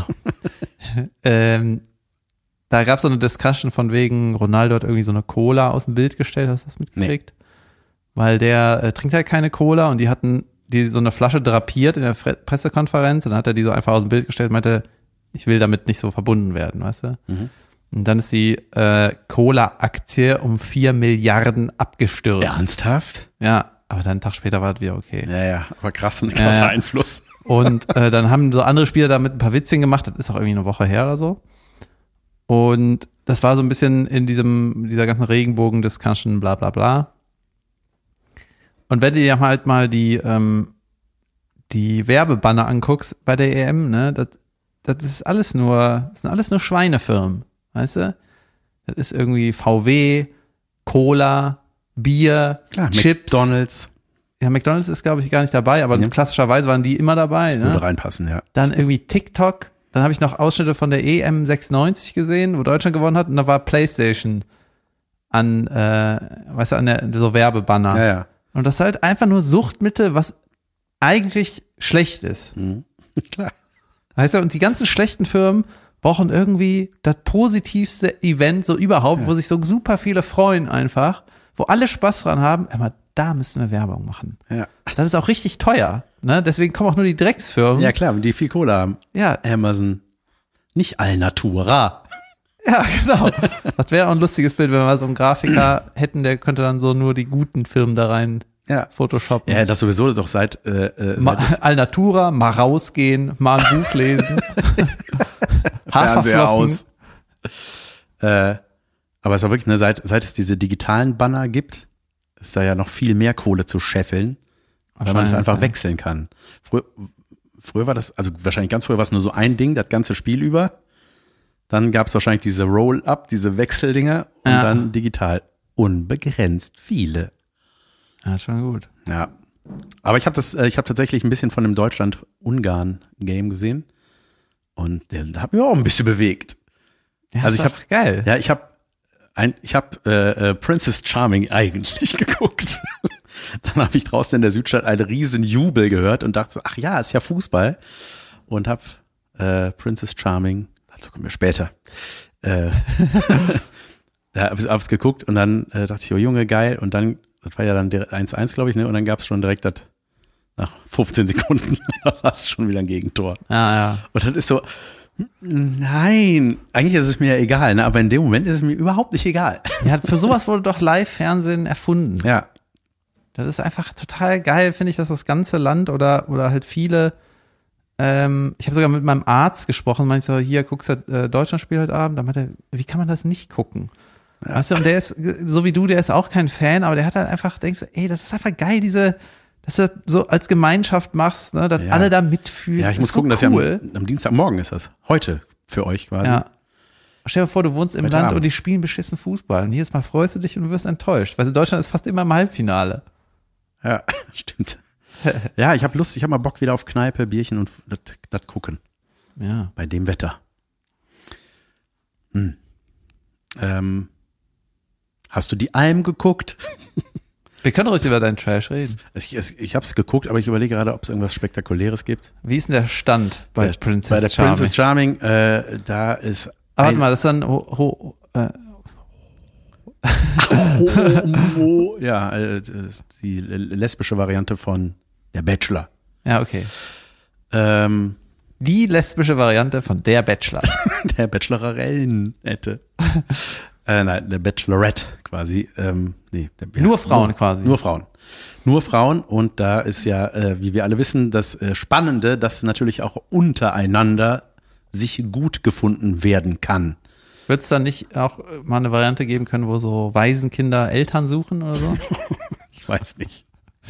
Da gab es so eine Discussion von wegen, Ronaldo hat irgendwie so eine Cola aus dem Bild gestellt, hast du das mitgekriegt? Nee. Weil der trinkt halt keine Cola und die hatten die so eine Flasche drapiert in der Pressekonferenz und dann hat er die so einfach aus dem Bild gestellt und meinte, ich will damit nicht so verbunden werden, weißt du? Und dann ist die Cola-Aktie um 4 Milliarden abgestürzt. Ernsthaft? Ja, aber dann einen Tag später war das wieder okay. Ja, aber krasser Einfluss. Und dann haben so andere Spieler damit ein paar Witzchen gemacht, das ist auch irgendwie eine Woche her oder so. Und das war so ein bisschen in dieser ganzen Regenbogen-Discussion, bla bla bla. Und wenn du dir halt mal die Werbebanner anguckst bei der EM, ne, das sind alles nur Schweinefirmen, weißt du? Das ist irgendwie VW, Cola, Bier, klar, Chips. McDonald's. Ja, McDonald's ist, glaube ich, gar nicht dabei, aber klassischerweise waren die immer dabei. Ne? Würde reinpassen, ja. Dann irgendwie TikTok. Dann habe ich noch Ausschnitte von der EM 96 gesehen, wo Deutschland gewonnen hat. Und da war PlayStation an so Werbebanner. Ja. Und das ist halt einfach nur Suchtmittel, was eigentlich schlecht ist. Klar. Weißt du, und die ganzen schlechten Firmen brauchen irgendwie das positivste Event so überhaupt, wo sich so super viele freuen einfach, wo alle Spaß dran haben. Aber da müssen wir Werbung machen. Ja. Das ist auch richtig teuer. Ne? Deswegen kommen auch nur die Drecksfirmen. Ja, klar, die viel Cola haben. Ja. Amazon. Nicht Alnatura. Ja, genau. Das wäre auch ein lustiges Bild, wenn wir mal so einen Grafiker hätten, der könnte dann so nur die guten Firmen da rein photoshoppen. Ja, das sowieso doch seit Alnatura, mal rausgehen, mal ein Buch lesen. Haferflocken. Aus. Aber es war wirklich, ne, seit es diese digitalen Banner gibt, ist da ja noch viel mehr Kohle zu scheffeln, weil man es einfach wechseln kann. Früher war das, also wahrscheinlich ganz früher war es nur so ein Ding, das ganze Spiel über. Dann gab es wahrscheinlich diese Roll-Up, diese Wechseldinger und dann digital. Unbegrenzt viele. Ja, ist schon gut. Ja. Aber ich habe tatsächlich ein bisschen von dem Deutschland-Ungarn-Game gesehen. Und der hat mich auch ein bisschen bewegt. Ja, also ist einfach geil. Ja, ich habe Princess Charming eigentlich geguckt. Dann habe ich draußen in der Südstadt einen riesen Jubel gehört und dachte so, ach ja, ist ja Fußball. Und habe Princess Charming, dazu kommen wir später, hab's geguckt und dann dachte ich, oh Junge, geil. Und dann, das war ja dann 1-1, glaube ich, ne? Und dann gab es schon direkt das, nach 15 Sekunden, da war es schon wieder ein Gegentor. Ja. Und dann ist so, nein, eigentlich ist es mir ja egal, ne? Aber in dem Moment ist es mir überhaupt nicht egal. Ja, für sowas wurde doch Live-Fernsehen erfunden. Ja. Das ist einfach total geil, finde ich, dass das ganze Land oder halt viele, ich habe sogar mit meinem Arzt gesprochen, meinte so, hier, guckst du Deutschlandspiel heute Abend? Dann meinte er, wie kann man das nicht gucken? Ja. Weißt du, und der ist, so wie du, der ist auch kein Fan, aber der hat halt einfach, denkst du, ey, das ist einfach geil, dass du das so als Gemeinschaft machst, ne, dass alle da mitfühlen. Ja, ich muss gucken, cool. Dass ja am Dienstagmorgen ist das. Heute für euch quasi. Ja. Stell dir vor, du wohnst im Heute Land Abend. und die spielen beschissen Fußball. Und jedes Mal freust du dich und du wirst enttäuscht. Weil in Deutschland ist fast immer im Halbfinale. Ja, stimmt. Ja, ich habe Lust, ich habe mal Bock wieder auf Kneipe, Bierchen und das gucken. Ja. Bei dem Wetter. Hast du die Alm geguckt? Wir können ruhig über deinen Trash reden. Ich habe es geguckt, aber ich überlege gerade, ob es irgendwas Spektakuläres gibt. Wie ist denn der Stand bei Princess Bei der Charming? Princess Charming, da ist Aber warte mal, das ist dann die lesbische Variante von Der Bachelor. ja, okay. Ähm, Die lesbische Variante von Der Bachelor. der Bachelorette. Nein, der Bachelorette quasi. Nur Frauen quasi. Nur Frauen. Nur Frauen und da ist ja, wie wir alle wissen, das Spannende, dass natürlich auch untereinander sich gut gefunden werden kann. Wird es dann nicht auch mal eine Variante geben können, wo so Waisenkinder Eltern suchen oder so? Ich weiß nicht.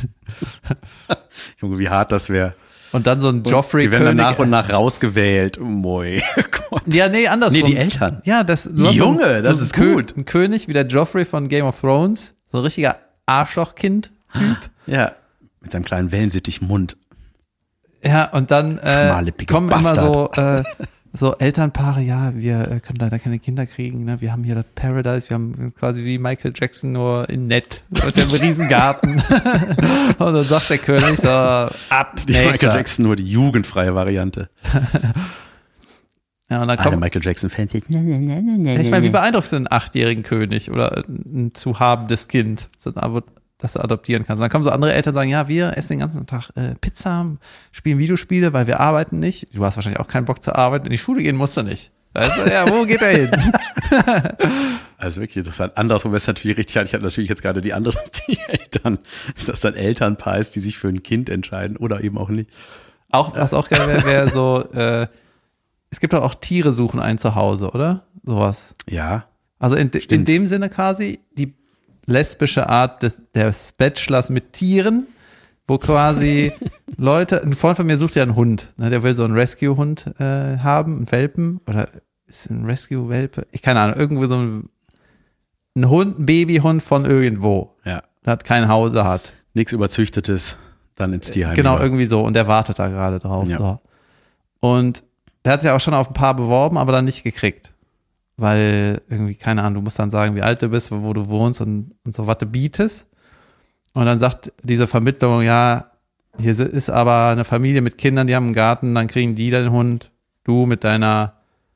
Junge, wie hart das wäre. Und dann so ein Joffrey Die werden dann König. nach und nach rausgewählt. Moi. Gott. Ja, nee, andersrum. Nee, die Eltern. Ja, du hast Junge, das ist gut. Ein König wie der Joffrey von Game of Thrones. So ein richtiger Arschlochkind-Typ. Ja, mit seinem kleinen Wellensittichmund. Ja, und dann Schmalepicke kommen immer Bastard. so Elternpaare, ja, wir können leider keine Kinder kriegen, ne? Wir haben hier das Paradise, wir haben quasi wie Michael Jackson nur in nett. Das ist ja ein Riesengarten. Und dann sagt der König so, ab, Die Michael nächster. Jackson nur die jugendfreie Variante. Ja, und dann Alle kommt, Michael Jackson-Fans jetzt. ich meine, wie beeindruckt ist ein 8-jährigen König oder ein zu habendes Kind, das er adoptieren kann. Und dann kommen so andere Eltern und sagen, ja, wir essen den ganzen Tag Pizza, spielen Videospiele, weil wir arbeiten nicht. Du hast wahrscheinlich auch keinen Bock zu arbeiten. In die Schule gehen musst du nicht. Weißt du, ja, wo geht er hin? Also wirklich interessant. Andersrum ist natürlich richtig. Ich hatte natürlich jetzt gerade die anderen die Eltern, dass dann Elternpaar ist, die sich für ein Kind entscheiden oder eben auch nicht. Auch, was auch geil wäre, wäre so, es gibt doch auch Tiere suchen ein Zuhause, oder? Sowas. Ja, Also in dem Sinne quasi die lesbische Art des Bachelors mit Tieren, wo quasi Leute, ein Freund von mir sucht ja einen Hund, ne, der will so einen Rescue-Hund haben, einen Welpen, oder ist ein Rescue-Welpe? Ich keine Ahnung, irgendwo so ein Hund, ein Babyhund von irgendwo, ja. der kein Hause hat. Nichts Überzüchtetes, dann ins Tierheim. Genau, lieber. irgendwie so. Und der wartet da gerade drauf. Ja. So. Und der hat sich auch schon auf ein paar beworben, aber dann nicht gekriegt. Weil irgendwie, keine Ahnung, du musst dann sagen, wie alt du bist, wo du wohnst und so, was du bietest. Und dann sagt diese Vermittlung, ja, hier ist aber eine Familie mit Kindern, die haben einen Garten, dann kriegen die den Hund, du mit deiner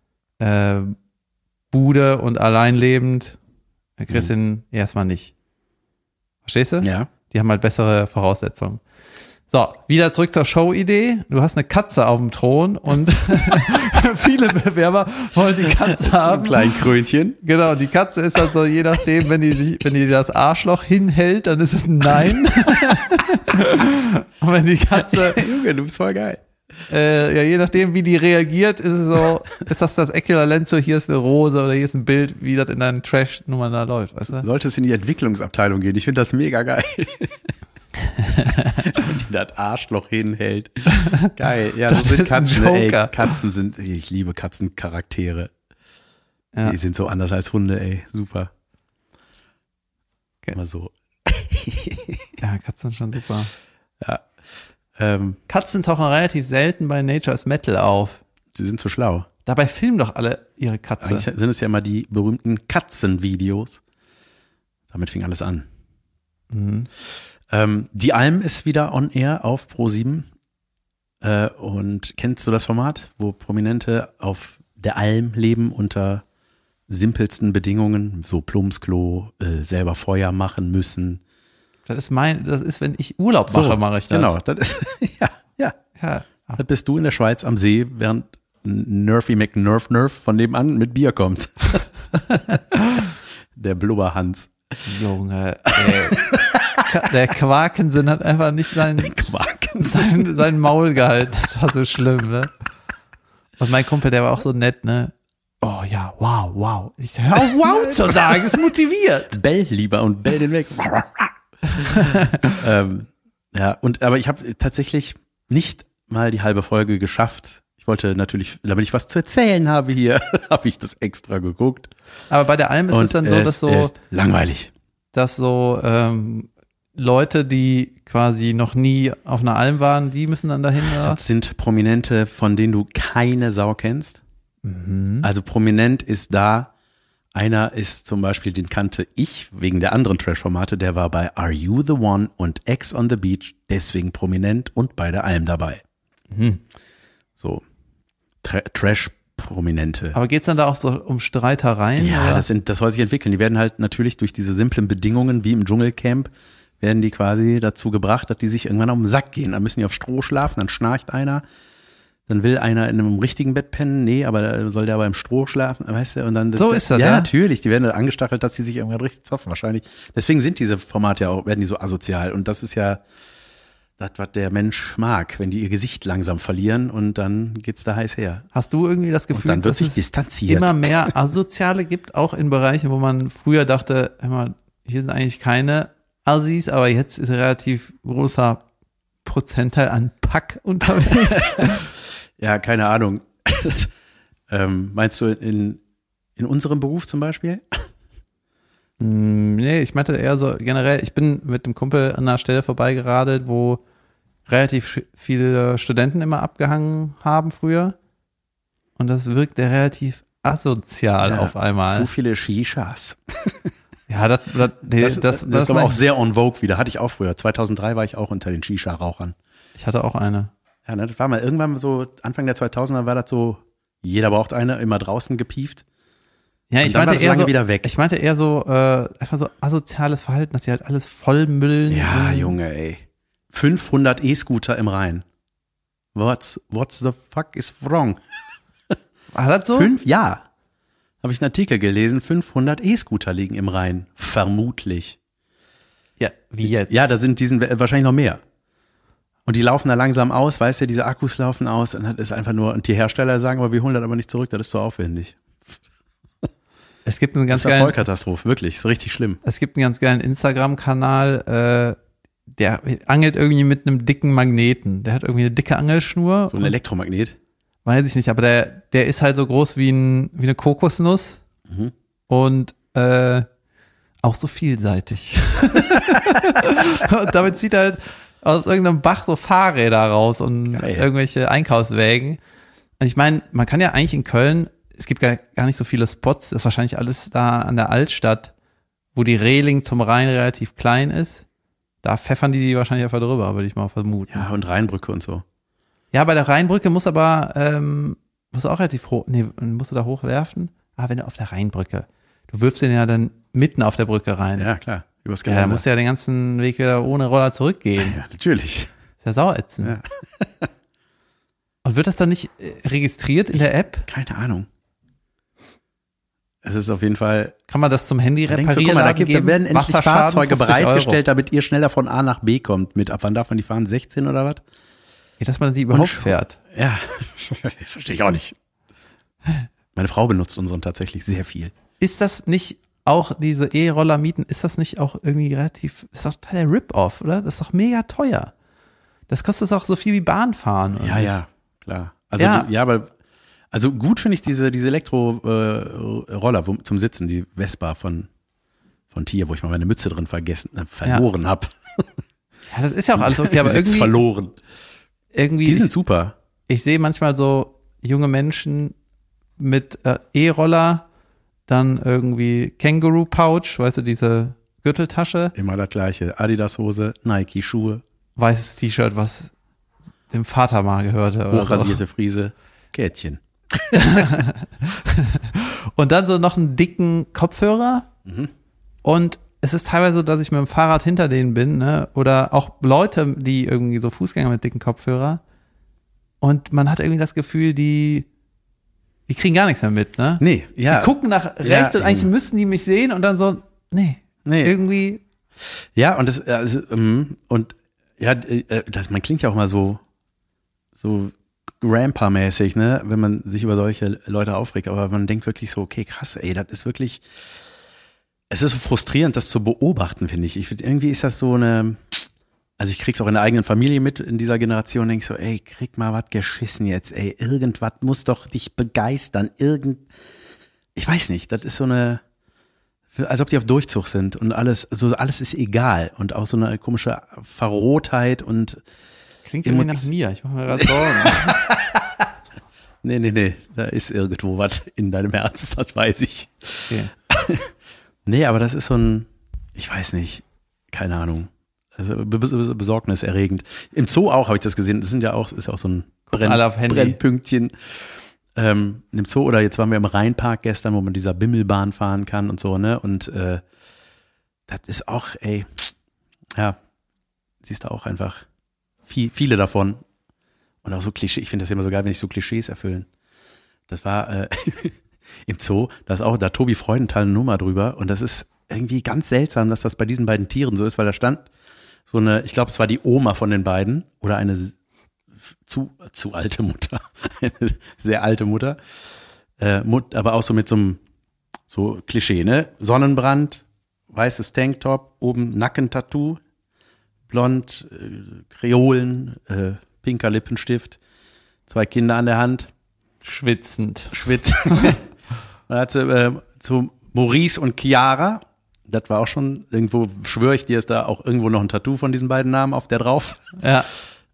Bude und allein lebend, kriegst ihn erstmal nicht. Verstehst du? Ja. Die haben halt bessere Voraussetzungen. So, wieder zurück zur Show-Idee. Du hast eine Katze auf dem Thron und viele Bewerber wollen die Katze So ein haben. kleines Krönchen. Genau, die Katze ist also je nachdem, wenn die das Arschloch hinhält, dann ist es ein Nein. Und wenn die Katze, Junge, du bist voll geil. ja, je nachdem, wie die reagiert, ist es so, ist das Äquivalent zu, hier ist eine Rose oder hier ist ein Bild, wie das in deinen Trash-Nummern da läuft, weißt du? Sollte es in die Entwicklungsabteilung gehen. Ich finde das mega geil. Die das Arschloch hinhält. Geil. Ja, Das so sind ist ein Katzen. Ey, Joker. Katzen sind, ich liebe Katzencharaktere. Ja. Die sind so anders als Hunde, ey. Super. Okay. Immer so. Ja, Katzen sind schon super. Ja. Katzen tauchen relativ selten bei Nature's Metal auf. Die sind so schlau. Dabei filmen doch alle ihre Katze. Eigentlich sind es ja immer die berühmten Katzenvideos. Damit fing alles an. Mhm. Die Alm ist wieder on air auf Pro7. Und kennst du das Format, wo Prominente auf der Alm leben unter simpelsten Bedingungen, so Plumpsklo, selber Feuer machen müssen. Das ist wenn ich Urlaub mache, mache ich das. Genau, das ist, ja. Ja. Das bist du in der Schweiz am See, während Nerfy McNerf von nebenan mit Bier kommt. Der Blubberhans. Junge, ey. Der Quakensinn hat einfach nicht sein Maul gehalten. Das war so schlimm, ne? Und mein Kumpel, der war auch so nett, ne? Oh ja, wow. Ich sag, hör auf, wow zu sagen, ist motiviert. Bell lieber und bell den weg. Ja, aber ich habe tatsächlich nicht mal die halbe Folge geschafft. Ich wollte natürlich, damit ich was zu erzählen habe hier, habe ich das extra geguckt. Aber bei der Alm ist es dann so, ist langweilig. dass so Leute, die quasi noch nie auf einer Alm waren, die müssen dann dahin. Oder? Das sind Prominente, von denen du keine Sau kennst. Also prominent ist da, einer ist zum Beispiel, den kannte ich wegen der anderen Trash-Formate, der war bei Are You the One und Ex on the Beach, deswegen prominent und bei der Alm dabei. So, Trash-Prominente. Aber geht's dann da auch so um Streitereien? Ja, oder? das soll sich entwickeln. Die werden halt natürlich durch diese simplen Bedingungen wie im Dschungelcamp, werden die quasi dazu gebracht, dass die sich irgendwann auf den Sack gehen. Dann müssen die auf Stroh schlafen, dann schnarcht einer. Dann will einer in einem richtigen Bett pennen, nee, aber da soll der aber im Stroh schlafen, weißt du? Und dann So ist das, ja. ja? Natürlich, die werden angestachelt, dass sie sich irgendwann richtig zoffen, wahrscheinlich. Deswegen sind diese Formate ja auch, werden die so asozial. Und das ist ja das, was der Mensch mag, wenn die ihr Gesicht langsam verlieren und dann geht's da heiß her. Hast du irgendwie das Und Gefühl, dann wird dass sich es distanziert. immer mehr Asoziale gibt, auch in Bereichen, wo man früher dachte, hör mal, hier sind eigentlich keine Assis, aber jetzt ist ein relativ großer Prozentteil an Pack unterwegs. Ja, keine Ahnung. Meinst du in unserem Beruf zum Beispiel? Nee, ich meinte eher so generell, ich bin mit dem Kumpel an einer Stelle vorbeigeradelt, wo relativ viele Studenten immer abgehangen haben früher. Und das wirkte relativ asozial auf einmal. Zu viele Shishas. Ja, das ist aber auch sehr en vogue wieder. Hatte ich auch früher. 2003 war ich auch unter den Shisha-Rauchern. Ich hatte auch eine. Ja, ne, das war mal irgendwann so, Anfang der 2000er war das so, jeder braucht eine, immer draußen gepieft. Ja, Und ich dann war meinte das eher lange so, wieder weg. ich meinte eher so, einfach so asoziales Verhalten, dass sie halt alles vollmüllen. Ja, Junge, ey. 500 E-Scooter im Rhein. What's the fuck is wrong? War das so? Ja. Habe ich einen Artikel gelesen, 500 E-Scooter liegen im Rhein. Vermutlich. Ja, wie jetzt? Ja, die sind wahrscheinlich noch mehr. Und die laufen da langsam aus, weißt du, diese Akkus laufen aus und das ist einfach nur, und die Hersteller sagen, aber wir holen das aber nicht zurück, das ist so aufwendig. Es gibt einen ganz Das ist eine geilen, Vollkatastrophe, wirklich, ist richtig schlimm. es gibt einen ganz geilen Instagram-Kanal, der angelt irgendwie mit einem dicken Magneten. Der hat irgendwie eine dicke Angelschnur. So ein Elektromagnet. Weiß ich nicht, aber der ist halt so groß wie eine Kokosnuss und auch so vielseitig. Und damit zieht er halt aus irgendeinem Bach so Fahrräder raus und Geil. irgendwelche Einkaufswägen. Und ich meine, man kann ja eigentlich in Köln, es gibt gar nicht so viele Spots, das ist wahrscheinlich alles da an der Altstadt, wo die Reling zum Rhein relativ klein ist. Da pfeffern die wahrscheinlich einfach drüber, würde ich mal vermuten. Ja, und Rheinbrücke und so. Ja, bei der Rheinbrücke muss aber, musst du auch relativ hoch, musst du da hochwerfen. Aber wenn du auf der Rheinbrücke, du wirfst den ja dann mitten auf der Brücke rein. Ja, klar. Übers Ja, Geländer. da musst du ja den ganzen Weg wieder ohne Roller zurückgehen. Ja, natürlich. Ist ja sauätzend. Ja. Und wird das dann nicht registriert in der App? Keine Ahnung. Es ist auf jeden Fall. Kann man das zum Handy Da denkst du, reparieren? guck mal, da werden endlich Fahrzeuge 50 bereitgestellt, damit ihr schneller von A nach B kommt. Mit, ab wann darf man die fahren? 16 oder was? Ja, dass man sie überhaupt Und- fährt. Ja, verstehe ich auch nicht. Meine Frau benutzt unseren tatsächlich sehr viel. Ist das nicht auch diese E-Roller mieten, ist das nicht auch irgendwie relativ, das ist doch total der Rip-Off, oder? Das ist doch mega teuer. Das kostet auch so viel wie Bahnfahren. oder Ja, nicht? ja, klar. Also Ja. ja, aber also gut finde ich diese Elektro-Roller zum Sitzen, die Vespa von Tier, wo ich mal meine Mütze drin verloren habe. Ja, das ist ja auch alles okay, aber Sitz verloren. irgendwie Die sind super. ich sehe manchmal so junge Menschen mit E-Roller, dann irgendwie Känguru-Pouch, weißt du, diese Gürteltasche, Immer das gleiche. Adidas-Hose, Nike-Schuhe, weißes T-Shirt, was dem Vater mal gehörte. Oder so. hochrasierte Friese, Kettchen. Und dann so noch einen dicken Kopfhörer. Und es ist teilweise so, dass ich mit dem Fahrrad hinter denen bin, ne? Oder auch Leute, die irgendwie so Fußgänger mit dicken Kopfhörer. Und man hat irgendwie das Gefühl, die kriegen gar nichts mehr mit, ne? Nee, ja. Die gucken nach rechts Ja, und eigentlich müssten die mich sehen und dann so, nee. Irgendwie, Ja, und und ja, man klingt ja auch mal so Grandpa-mäßig, ne, wenn man sich über solche Leute aufregt, aber man denkt wirklich so, okay, krass, ey, das ist wirklich, es ist so frustrierend, das zu beobachten, finde ich. Irgendwie ist das so Also ich krieg's auch in der eigenen Familie mit, in dieser Generation, denk ich so, ey, krieg mal was geschissen jetzt, ey, irgendwas muss doch dich begeistern, ich weiß nicht, das ist so eine, als ob die auf Durchzug sind und alles ist egal und auch so eine komische Verrohtheit und Klingt irgendwie nach mir, ich mache mir gerade Sorgen. Nee, da ist irgendwo was in deinem Herz, das weiß ich. Okay. Nee, aber das ist so ein, ich weiß nicht, keine Ahnung. Also besorgniserregend. Im Zoo auch habe ich das gesehen. Das ist ja auch so ein alle auf Handy. Brennpünktchen. Im Zoo oder jetzt waren wir im Rheinpark gestern, wo man dieser Bimmelbahn fahren kann und so, ne? Und das ist auch, ey, ja, siehst du auch einfach viele davon. Und auch so Klischee. Ich finde das immer so geil, wenn sich so Klischees erfüllen. Das war im Zoo, da hat Tobi Freudenthal eine Nummer drüber und das ist irgendwie ganz seltsam, dass das bei diesen beiden Tieren so ist, weil da stand so eine, ich glaube, es war die Oma von den beiden oder eine zu alte Mutter, eine sehr alte Mutter, aber auch so mit so einem so Klischee, ne? Sonnenbrand, weißes Tanktop, oben Nackentattoo, blond, Kreolen, pinker Lippenstift, 2 Kinder an der Hand. Schwitzend. Und dann hat sie zu Maurice und Chiara, das war auch schon, irgendwo schwöre ich dir, ist da auch irgendwo noch ein Tattoo von diesen beiden Namen auf der drauf. Ja.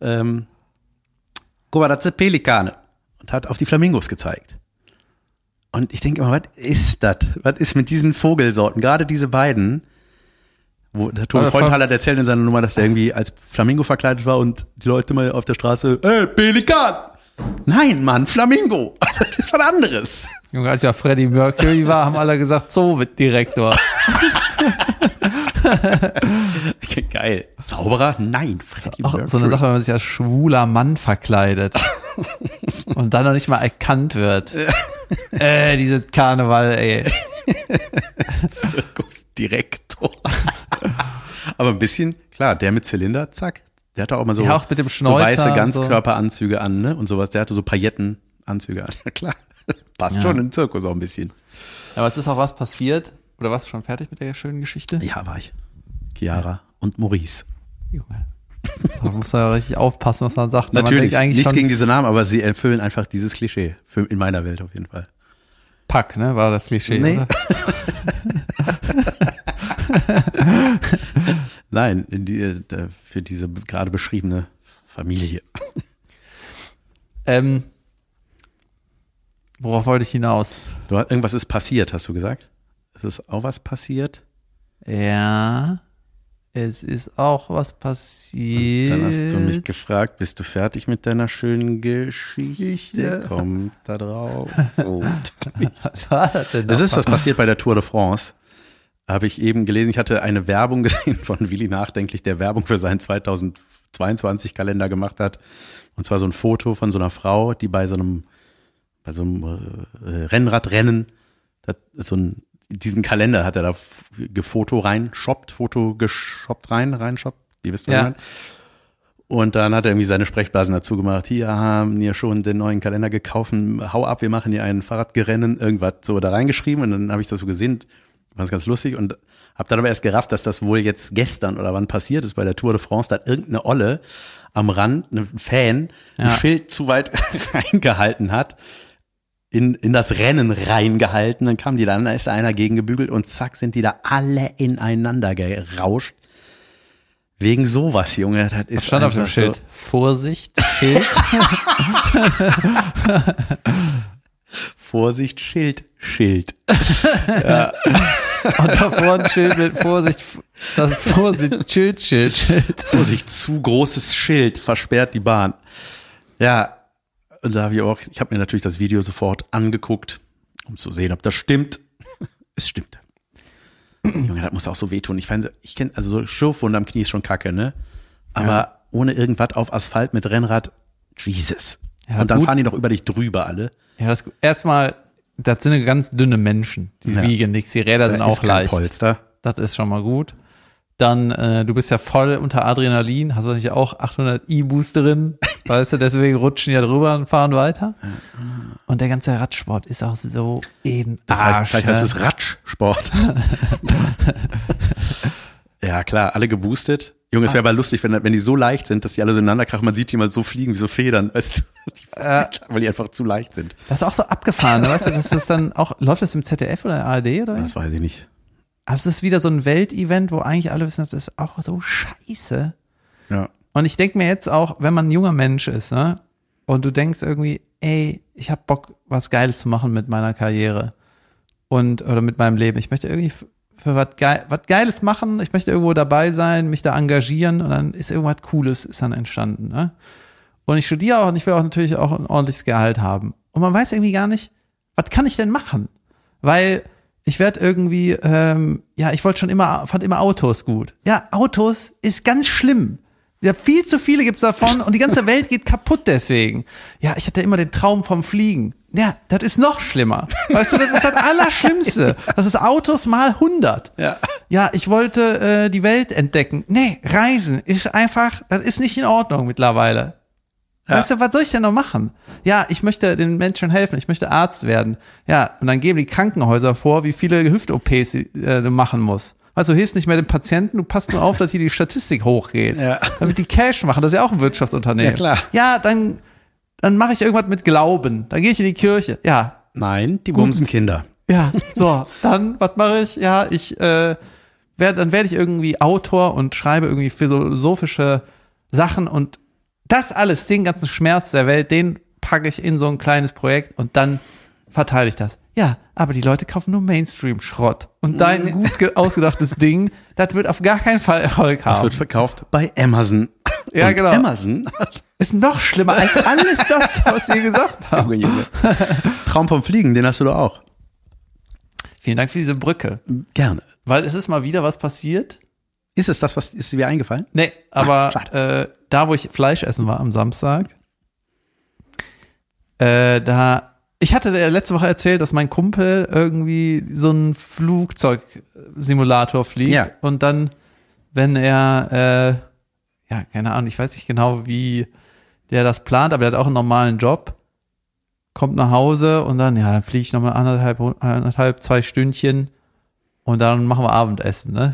Guck mal, das sind Pelikane. Und hat auf die Flamingos gezeigt. Und ich denke immer, was ist das? Was ist mit diesen Vogelsorten? Gerade diese beiden, wo der Tobi Freudenthal hat erzählt in seiner Nummer, dass der irgendwie als Flamingo verkleidet war und die Leute mal auf der Straße, Pelikan! Nein, Mann, Flamingo! Das ist was anderes. Junge, als ja Freddie Mercury war, haben alle gesagt, Zoodirektor. Geil. Zauberer? Nein, Freddie Mercury. Auch so eine Sache, wenn man sich als schwuler Mann verkleidet und dann noch nicht mal erkannt wird. Dieses Karneval, ey. Zirkusdirektor. Aber ein bisschen, klar, der mit Zylinder, zack. Der hatte auch mal so, ja, auch mit dem so Schnäuzer weiße und Ganzkörperanzüge an, ne? Und sowas. Der hatte so Paillettenanzüge an. Ja, klar. Passt schon in den Zirkus auch ein bisschen. Aber es ist auch was passiert. Oder warst du schon fertig mit der schönen Geschichte? Ja, war ich. Chiara und Maurice. Junge. Da muss man ja richtig aufpassen, was man sagt. Natürlich, man denkt eigentlich nichts schon, gegen diese Namen, aber sie erfüllen einfach dieses Klischee. In meiner Welt auf jeden Fall. Pack, ne? War das Klischee, nee. oder? Nein, für diese gerade beschriebene Familie. Worauf wollte ich hinaus? Irgendwas ist passiert, hast du gesagt? Es ist auch was passiert? Ja, es ist auch was passiert. Dann hast du mich gefragt, bist du fertig mit deiner schönen Geschichte? Kommt da drauf. Was war das denn? Es ist was passiert bei der Tour de France. Habe ich eben gelesen, ich hatte eine Werbung gesehen von Willi Nachdenklich, der Werbung für seinen 2022 Kalender gemacht hat. Und zwar so ein Foto von so einer Frau, die bei so einem Rennradrennen, diesen Kalender hat er da reinshoppt, wie bist du ja. Und dann hat er irgendwie seine Sprechblasen dazu gemacht. Hier haben wir schon den neuen Kalender gekauft, hau ab, wir machen hier ein Fahrradgerennen, irgendwas so da reingeschrieben. Und dann habe ich das so gesehen, fand es ganz lustig und habe dann aber erst gerafft, dass das wohl jetzt gestern oder wann passiert ist bei der Tour de France, da hat irgendeine Olle am Rand, ein Fan, ein Schild zu weit reingehalten hat, in das Rennen reingehalten, dann kam die da ist da einer gegengebügelt und zack, sind die da alle ineinander gerauscht. Wegen sowas, Junge, das ist. Was stand auf dem Schild? So. Vorsicht, Schild. Vorsicht, Schild. Ja. Und davor ein Schild mit Vorsicht, das ist Vorsicht, Schild. Vorsicht, zu großes Schild versperrt die Bahn. Ja, und da habe ich habe mir natürlich das Video sofort angeguckt, um zu sehen, ob das stimmt. Es stimmt. Junge, das muss auch so wehtun. Ich kenne, also so Schürfwunde am Knie ist schon kacke, ne? Aber ohne irgendwas auf Asphalt mit Rennrad, Jesus. Ja, und dann gut. fahren die noch über dich drüber alle. Ja, erstmal, das sind ganz dünne Menschen. Die wiegen nichts. Die Räder sind auch leicht. Polster. Das ist schon mal gut. Dann, du bist ja voll unter Adrenalin. Hast du nicht auch 800 E-Boost drin? Weißt du, deswegen rutschen die ja drüber und fahren weiter. Und der ganze Radsport ist auch so eben Das heißt, vielleicht heißt es Ratschsport. Ja, klar, alle geboostet. Junge, es wäre aber lustig, wenn die so leicht sind, dass die alle so ineinander krachen. Man sieht die mal so fliegen wie so Federn, weißt du? Weil die einfach zu leicht sind. Das ist auch so abgefahren, ne? Weißt du, das ist dann auch, läuft das im ZDF oder ARD oder? Das weiß ich nicht. Aber es ist wieder so ein Weltevent, wo eigentlich alle wissen, das ist auch so scheiße. Ja. Und ich denke mir jetzt auch, wenn man ein junger Mensch ist, ne? Und du denkst irgendwie, ey, ich hab Bock, was Geiles zu machen mit meiner Karriere oder mit meinem Leben. Ich möchte irgendwie für was Geiles machen, ich möchte irgendwo dabei sein, mich da engagieren und dann ist irgendwas Cooles ist dann entstanden. Ne? Und ich studiere auch und ich will auch natürlich auch ein ordentliches Gehalt haben. Und man weiß irgendwie gar nicht, was kann ich denn machen? Weil ich werde irgendwie, ich fand immer Autos gut. Ja, Autos ist ganz schlimm. Ja, viel zu viele gibt's davon und die ganze Welt geht kaputt deswegen. Ja, ich hatte immer den Traum vom Fliegen. Ja, das ist noch schlimmer. Weißt du, das ist das Allerschlimmste. Das ist Autos mal 100. Ja, ich wollte die Welt entdecken. Nee, Reisen ist einfach, das ist nicht in Ordnung mittlerweile. Ja. Weißt du, was soll ich denn noch machen? Ja, ich möchte den Menschen helfen, ich möchte Arzt werden. Ja, und dann geben die Krankenhäuser vor, wie viele Hüft-OPs du machen musst. Weißt du, hilfst nicht mehr den Patienten, du passt nur auf, dass hier die Statistik hochgeht. Ja. Damit die Cash machen, das ist ja auch ein Wirtschaftsunternehmen. Ja, klar. Ja, dann mache ich irgendwas mit Glauben. Dann gehe ich in die Kirche. Ja. Nein, die bumsen Kinder. Ja, so, dann, was mache ich? Ja, dann werde ich irgendwie Autor und schreibe irgendwie philosophische Sachen und das alles, den ganzen Schmerz der Welt, den packe ich in so ein kleines Projekt und dann verteile ich das. Ja, aber die Leute kaufen nur Mainstream-Schrott. Und dein gut ausgedachtes Ding, das wird auf gar keinen Fall Erfolg haben. Das wird verkauft bei Amazon. Ja, und genau. Amazon ist noch schlimmer als alles das, was wir gesagt haben. Traum vom Fliegen, den hast du doch auch. Vielen Dank für diese Brücke. Gerne. Weil es ist mal wieder was passiert. Ist es das, was ist dir eingefallen? Nee, aber da, wo ich Fleisch essen war am Samstag, ich hatte letzte Woche erzählt, dass mein Kumpel irgendwie so einen Flugzeugsimulator fliegt. Ja. Und dann, wenn er, keine Ahnung, ich weiß nicht genau, wie der das plant, aber er hat auch einen normalen Job, kommt nach Hause und dann, fliege ich nochmal anderthalb, 2 Stündchen und dann machen wir Abendessen, ne?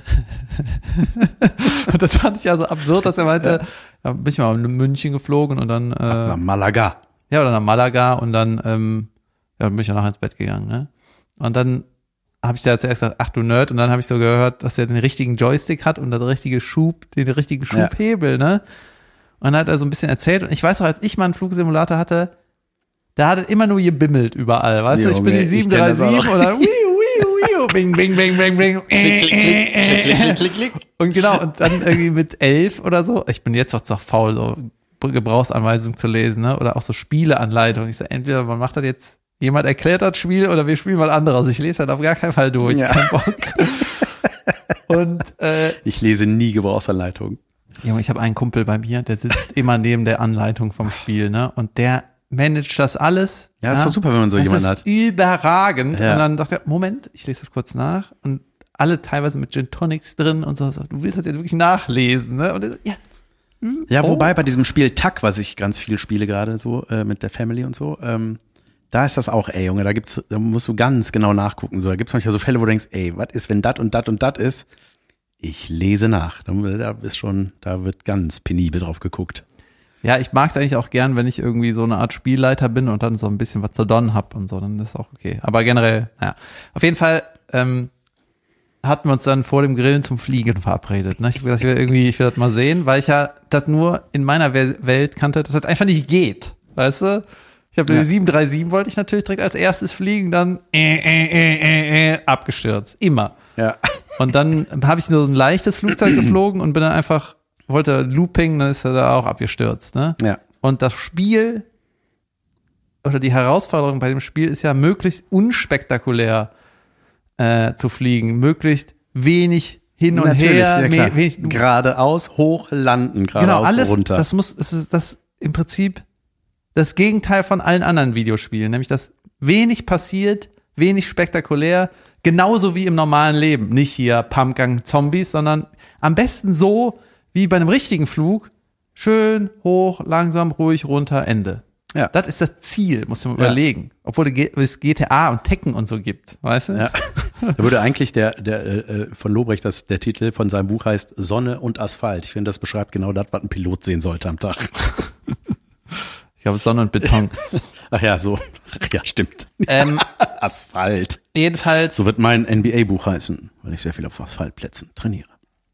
Und das fand ich ja so absurd, dass er meinte, bin ich mal in München geflogen und dann nach Malaga. Ja, oder nach Malaga und dann bin ich ja nachher ins Bett gegangen, ne? Und dann habe ich da zuerst gesagt, ach du Nerd, und dann habe ich so gehört, dass er den richtigen Joystick hat und den richtigen Schubhebel, ne? Und dann hat er so ein bisschen erzählt und ich weiß auch, als ich mal einen Flugsimulator hatte, da hat es immer nur gebimmelt überall, weißt du? Ich bin die 737 oder bing, bing, bing, bing, bing. Klick, klick, klick, klick, klick, klick, klick. Und genau, und dann irgendwie mit 11 oder so, ich bin jetzt doch faul, so Gebrauchsanweisungen zu lesen, ne? Oder auch so Spieleanleitungen. Ich so, entweder man macht das jetzt, jemand erklärt das Spiel oder wir spielen mal anderes. Ich lese das auf gar keinen Fall durch. Ja. Kein Bock. Und ich lese nie Gebrauchsanleitungen. Junge, ich habe einen Kumpel bei mir, der sitzt immer neben der Anleitung vom Spiel, ne? Und der managt das alles. Ja, ist doch super, wenn man so jemanden hat. Das ist überragend. Ja. Und dann dachte er, Moment, ich lese das kurz nach. Und alle teilweise mit Gin Tonics drin und so. Du willst das jetzt wirklich nachlesen, ne? Und er so, ja. Ja, wobei bei diesem Spiel Tuck, was ich ganz viel spiele gerade so mit der Family und so, da ist das auch, ey Junge, da musst du ganz genau nachgucken. So, da gibt's manchmal so Fälle, wo du denkst, ey, was ist, wenn dat und dat und dat ist? Ich lese nach. Da wird ganz penibel drauf geguckt. Ja, ich mag es eigentlich auch gern, wenn ich irgendwie so eine Art Spielleiter bin und dann so ein bisschen was zu donnen hab und so, dann ist auch okay. Aber generell, naja. Auf jeden Fall hatten wir uns dann vor dem Grillen zum Fliegen verabredet. Ne? Ich habe gesagt, ich will das mal sehen, weil ich ja das nur in meiner Welt kannte, dass das einfach nicht geht. Weißt du? Ich habe die 737 wollte ich natürlich direkt als erstes fliegen, dann abgestürzt. Immer. Ja. Und dann habe ich nur ein leichtes Flugzeug geflogen und bin dann einfach, wollte Looping, dann ist er da auch abgestürzt. Ne? Ja. Und das Spiel oder die Herausforderung bei dem Spiel ist ja möglichst unspektakulär zu fliegen, möglichst wenig hin und her, wenig geradeaus, hoch, landen, geradeaus, alles, runter. Das ist das im Prinzip das Gegenteil von allen anderen Videospielen, nämlich dass wenig passiert, wenig spektakulär, genauso wie im normalen Leben. Nicht hier Pumpgun Zombies, sondern am besten so wie bei einem richtigen Flug, schön, hoch, langsam, ruhig, runter, Ende. Ja. Das ist das Ziel, muss man überlegen. Obwohl es GTA und Tekken und so gibt, weißt du? Ja. Da würde eigentlich der von Lobrecht, der Titel von seinem Buch heißt Sonne und Asphalt. Ich finde, das beschreibt genau das, was ein Pilot sehen sollte am Tag. Ich glaube, Sonne und Beton. Ach ja, so. Ach ja, stimmt. Asphalt. Jedenfalls. So wird mein NBA-Buch heißen, weil ich sehr viel auf Asphaltplätzen trainiere.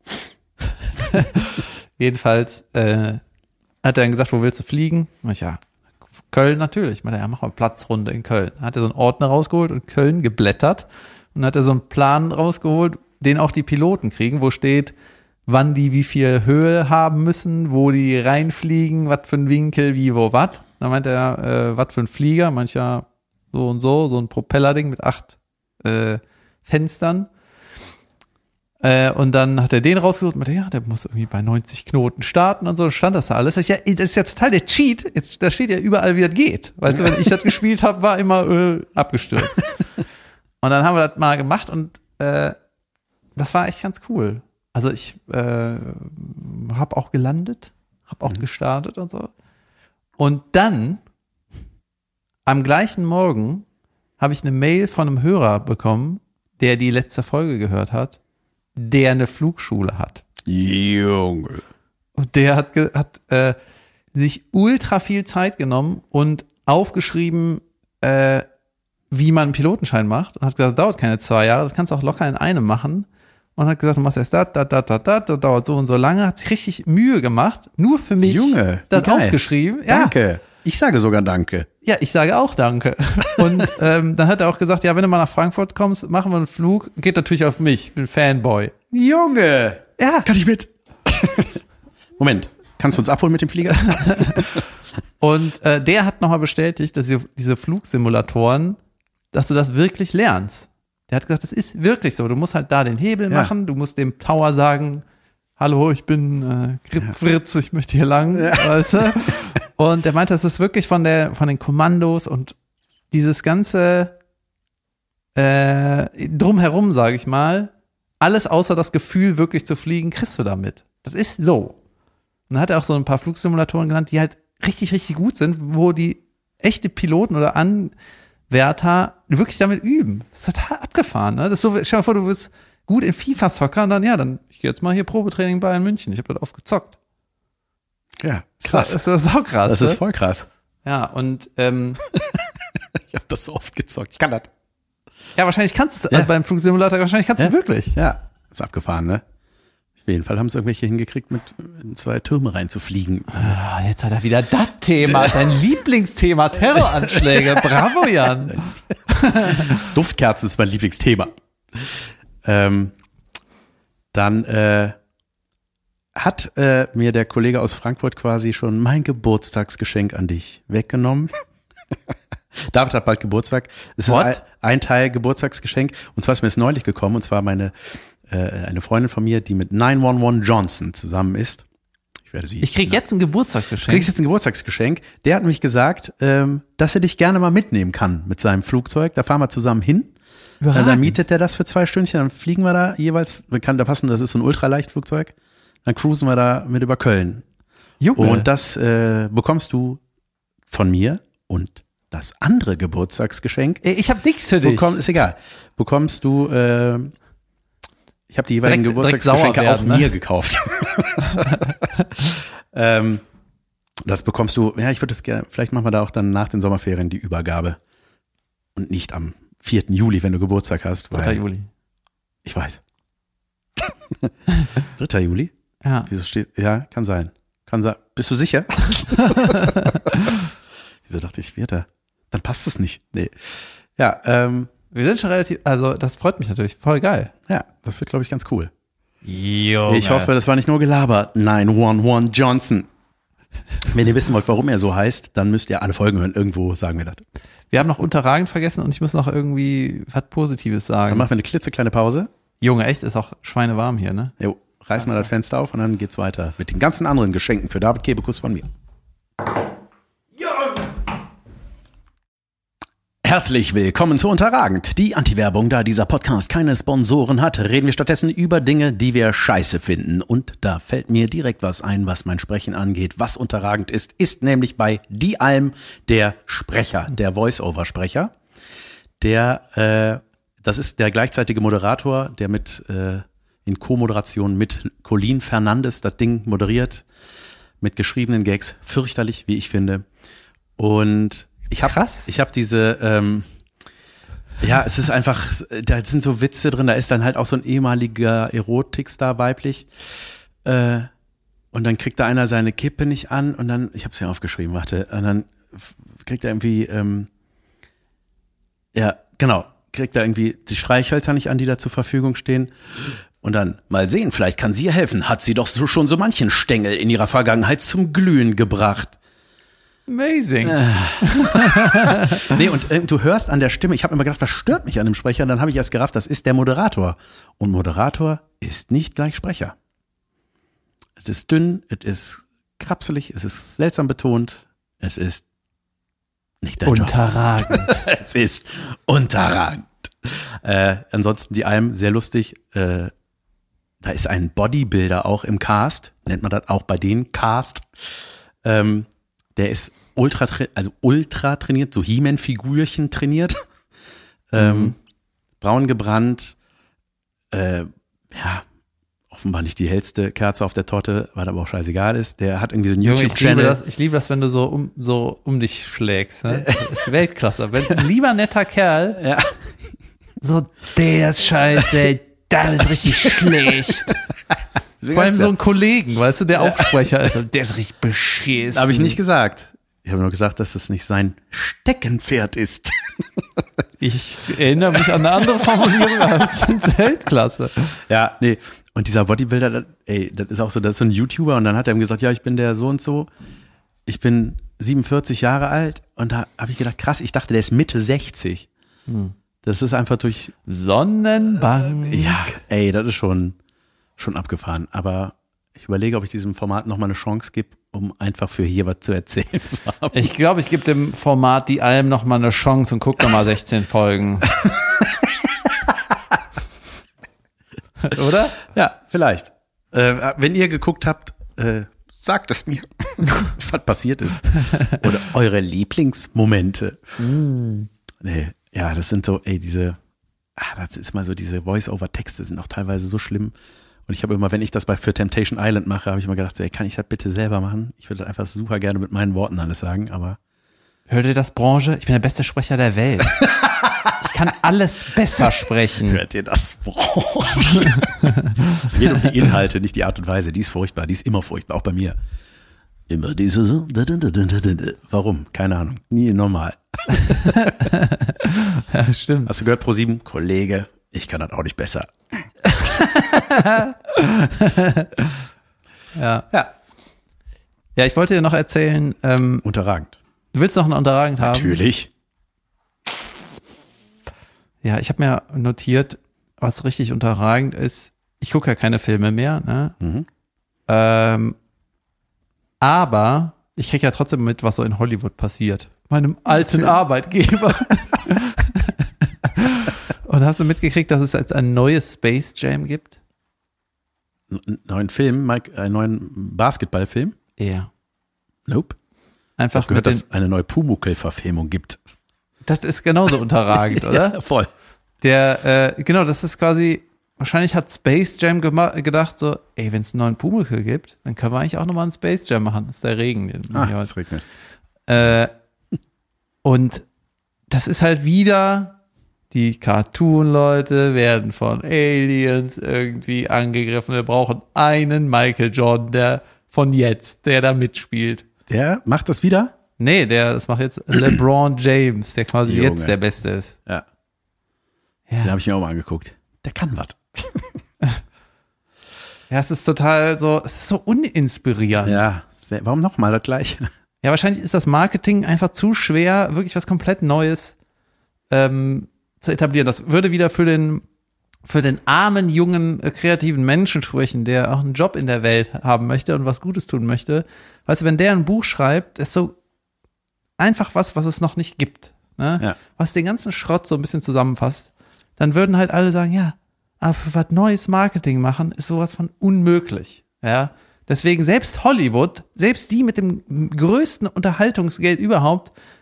Jedenfalls hat er dann gesagt, wo willst du fliegen? Und ich, ja, Köln natürlich. Ich meine, ja, mach mal Platzrunde in Köln. Dann hat er so einen Ordner rausgeholt und Köln geblättert und hat er so einen Plan rausgeholt, den auch die Piloten kriegen, wo steht, wann die wie viel Höhe haben müssen, wo die reinfliegen, was für ein Winkel, wie, wo, was. Dann meint er, was für ein Flieger, mancher so und so ein Propellerding mit 8 Fenstern. Und dann hat er den rausgesucht und meinte, ja, der muss irgendwie bei 90 Knoten starten und so, stand das da alles. Das ist ja total der Cheat. Jetzt, da steht ja überall, wie das geht. Weißt du, wenn ich das gespielt habe, war immer abgestürzt. Und dann haben wir das mal gemacht und das war echt ganz cool. Also ich habe auch gelandet, habe auch gestartet und so. Und dann, am gleichen Morgen, habe ich eine Mail von einem Hörer bekommen, der die letzte Folge gehört hat, der eine Flugschule hat. Junge. Und der hat sich ultra viel Zeit genommen und aufgeschrieben, wie man einen Pilotenschein macht. Und hat gesagt, das dauert keine 2 Jahre, das kannst du auch locker in einem machen. Und hat gesagt, du machst erst das dauert so und so lange. Hat sich richtig Mühe gemacht, nur für mich. Junge, das geil. aufgeschrieben. Ja. Danke. Ich sage sogar Danke. Ja, ich sage auch Danke. Und dann hat er auch gesagt, ja, wenn du mal nach Frankfurt kommst, machen wir einen Flug. Geht natürlich auf mich, ich bin Fanboy. Junge. Ja. Kann ich mit? Moment, kannst du uns abholen mit dem Flieger? Und der hat nochmal bestätigt, dass diese Flugsimulatoren, dass du das wirklich lernst. Der hat gesagt, das ist wirklich so. Du musst halt da den Hebel machen, du musst dem Tower sagen, hallo, ich bin Fritz, ich möchte hier lang, weißt du? Und er meinte, das ist wirklich von den Kommandos und dieses ganze drumherum, sage ich mal, alles außer das Gefühl, wirklich zu fliegen, kriegst du damit. Das ist so. Und dann hat er auch so ein paar Flugsimulatoren genannt, die halt richtig, richtig gut sind, wo die echte Piloten oder Anwärter wirklich damit üben. Das ist total abgefahren. Ne? Das ist so, stell dir mal vor, du bist gut in FIFA-Soccer und dann, ich gehe jetzt mal hier Probetraining Bayern München. Ich habe das oft gezockt. Ja, krass. Das ist auch krass. Das ist voll krass. Ja, und ich habe das so oft gezockt. Ich kann das. Ja, wahrscheinlich kannst du, also beim Flugsimulator, wahrscheinlich kannst du wirklich. Ja, ist abgefahren, ne? Auf jeden Fall haben es irgendwelche hingekriegt, mit in 2 Türme reinzufliegen. Ah, jetzt hat er wieder das Thema, dein Lieblingsthema, Terroranschläge. Bravo, Jan. Duftkerzen ist mein Lieblingsthema. Dann hat mir der Kollege aus Frankfurt quasi schon mein Geburtstagsgeschenk an dich weggenommen. David hat bald Geburtstag. Es ist ein Teil Geburtstagsgeschenk. Und zwar ist mir es neulich gekommen. Und zwar eine Freundin von mir, die mit 911 Johnson zusammen ist. Ich krieg jetzt ein Geburtstagsgeschenk. Du kriegst jetzt ein Geburtstagsgeschenk. Der hat nämlich gesagt, dass er dich gerne mal mitnehmen kann mit seinem Flugzeug. Da fahren wir zusammen hin. Dann mietet er das für 2 Stündchen. Dann fliegen wir da jeweils. Da passen, das ist so ein Ultraleichtflugzeug. Dann cruisen wir da mit über Köln. Junge. Und das bekommst du von mir und das andere Geburtstagsgeschenk. Ich habe nichts für dich. Ist egal. Bekommst du, ich habe die jeweiligen Geburtstagsgeschenke auch mir gekauft. Das bekommst du, ja, ich würde es gerne, vielleicht machen wir da auch dann nach den Sommerferien die Übergabe. Und nicht am 4. Juli, wenn du Geburtstag hast. 3. Juli. Ich weiß. 3. Juli? Ja. Wieso steht, ja, kann sein. Bist du sicher? Wieso dachte ich, 4. Dann passt es nicht. Nee. Ja, wir sind schon relativ, also das freut mich natürlich, voll geil. Ja, das wird, glaube ich, ganz cool. Junge. Ich hoffe, das war nicht nur Gelaber. 911 Johnson. Wenn ihr wissen wollt, warum er so heißt, dann müsst ihr alle Folgen hören. Irgendwo sagen wir das. Wir haben noch unterragend vergessen und ich muss noch irgendwie was Positives sagen. Dann machen wir eine klitzekleine Pause. Junge, echt, ist auch schweinewarm hier, ne? Jo, reiß mal das Fenster auf und dann geht's weiter mit den ganzen anderen Geschenken für David Kebekus von mir. Herzlich willkommen zu Unterragend, die Anti-Werbung. Da dieser Podcast keine Sponsoren hat, reden wir stattdessen über Dinge, die wir scheiße finden. Und da fällt mir direkt was ein, was mein Sprechen angeht. Was unterragend ist nämlich bei Die Alm der Sprecher, der Voice-Over-Sprecher. Der das ist der gleichzeitige Moderator, der in Co-Moderation mit Colin Fernandes das Ding moderiert, mit geschriebenen Gags, fürchterlich, wie ich finde. Und ich habe diese, es ist einfach, da sind so Witze drin, da ist dann halt auch so ein ehemaliger Erotikstar weiblich. Und dann kriegt da einer seine Kippe nicht an und dann, ich habe es mir aufgeschrieben, warte, und dann kriegt er irgendwie, kriegt er irgendwie die Streichhölzer nicht an, die da zur Verfügung stehen. Und dann, mal sehen, vielleicht kann sie ihr helfen. Hat sie doch schon so manchen Stängel in ihrer Vergangenheit zum Glühen gebracht. Amazing. Nee, und du hörst an der Stimme, ich habe immer gedacht, was stört mich an dem Sprecher? Und dann habe ich erst gerafft, das ist der Moderator. Und Moderator ist nicht gleich Sprecher. Es ist dünn, es ist krapselig, es ist seltsam betont, es ist nicht dein unterragend. Job. Es ist unterragend. Ansonsten die Alm, sehr lustig. Da ist ein Bodybuilder auch im Cast, nennt man das auch bei denen, Cast. Der ist ultra trainiert, so He-Man-Figürchen trainiert. Braun gebrannt. Offenbar nicht die hellste Kerze auf der Torte, was aber auch scheißegal ist. Der hat irgendwie so einen YouTube-Channel. Ich liebe das, wenn du so um dich schlägst. Ne? Das ist Weltklasse. Wenn ein lieber netter Kerl, Ja. so, der ist scheiße, das ist richtig schlecht. Vor allem so einen Kollegen, weißt du, der auch Sprecher ist. Und der ist richtig beschissen. Habe ich nicht gesagt. Ich habe nur gesagt, dass es nicht sein Steckenpferd ist. Ich erinnere mich an eine andere Formulierung, aber das ist Weltklasse. Ja, nee. Und dieser Bodybuilder, das ist auch so, das ist so ein YouTuber und dann hat er ihm gesagt, ja, ich bin der so und so. Ich bin 47 Jahre alt und da habe ich gedacht, krass, ich dachte, der ist Mitte 60. Das ist einfach durch Sonnenbank. Ja, das ist schon abgefahren. Aber ich überlege, ob ich diesem Format nochmal eine Chance gebe, um einfach für hier was zu erzählen zu haben. Ich glaube, ich gebe dem Format Die Alm nochmal eine Chance und gucke nochmal 16 Folgen. Oder? Ja, vielleicht. Wenn ihr geguckt habt, sagt es mir, was passiert ist. Oder eure Lieblingsmomente. Nee, ja, das sind so, das ist mal so, diese Voice-Over-Texte sind auch teilweise so schlimm. Und ich habe immer, wenn ich das für Temptation Island mache, habe ich immer gedacht, so, kann ich das bitte selber machen? Ich würde das einfach super gerne mit meinen Worten alles sagen, aber. Hört ihr das, Branche? Ich bin der beste Sprecher der Welt. Ich kann alles besser sprechen. Hört ihr das, Branche? Es geht um die Inhalte, nicht die Art und Weise. Die ist furchtbar, die ist immer furchtbar, auch bei mir. Immer diese so. Warum? Keine Ahnung. Nie normal. Ja, stimmt. Hast du gehört, Pro7? Kollege, ich kann das auch nicht besser. Ja. Ja, ich wollte dir noch erzählen. Unterragend. Du willst noch einen unterragend haben? Natürlich. Ja, ich habe mir notiert, was richtig unterragend ist. Ich gucke ja keine Filme mehr, ne? Aber ich kriege ja trotzdem mit, was so in Hollywood passiert. Meinem alten Arbeitgeber. Und hast du mitgekriegt, dass es jetzt ein neues Space Jam gibt? Einen neuen Film, Mike, einen neuen Basketballfilm? Ja. Nope. Einfach ich habe gehört, dass es eine neue Pumuckl-Verfilmung gibt. Das ist genauso unterragend, oder? Ja, voll. Genau, das ist quasi, wahrscheinlich hat Space Jam gedacht so, wenn es einen neuen Pumuckl gibt, dann können wir eigentlich auch nochmal einen Space Jam machen. Das ist der Regen. Es regnet. Und das ist halt wieder, die Cartoon-Leute werden von Aliens irgendwie angegriffen. Wir brauchen einen Michael Jordan, der da mitspielt. Der macht das wieder? Nee, das macht jetzt LeBron James, der quasi Junge. jetzt der Beste ist. Ja. Ja. Den habe ich mir auch mal angeguckt. Der kann was. Ja, es ist total so, es ist so uninspirierend. Ja, warum nochmal das gleiche? Ja, wahrscheinlich ist das Marketing einfach zu schwer, wirklich was komplett Neues zu etablieren. Das würde wieder für den armen, jungen, kreativen Menschen sprechen, der auch einen Job in der Welt haben möchte und was Gutes tun möchte. Weißt du, wenn der ein Buch schreibt, ist so einfach was es noch nicht gibt. Ne? Ja. Was den ganzen Schrott so ein bisschen zusammenfasst, dann würden halt alle sagen, ja, aber für was neues Marketing machen, ist sowas von unmöglich. Ja. Deswegen selbst Hollywood, selbst die mit dem größten Unterhaltungsgeld überhaupt,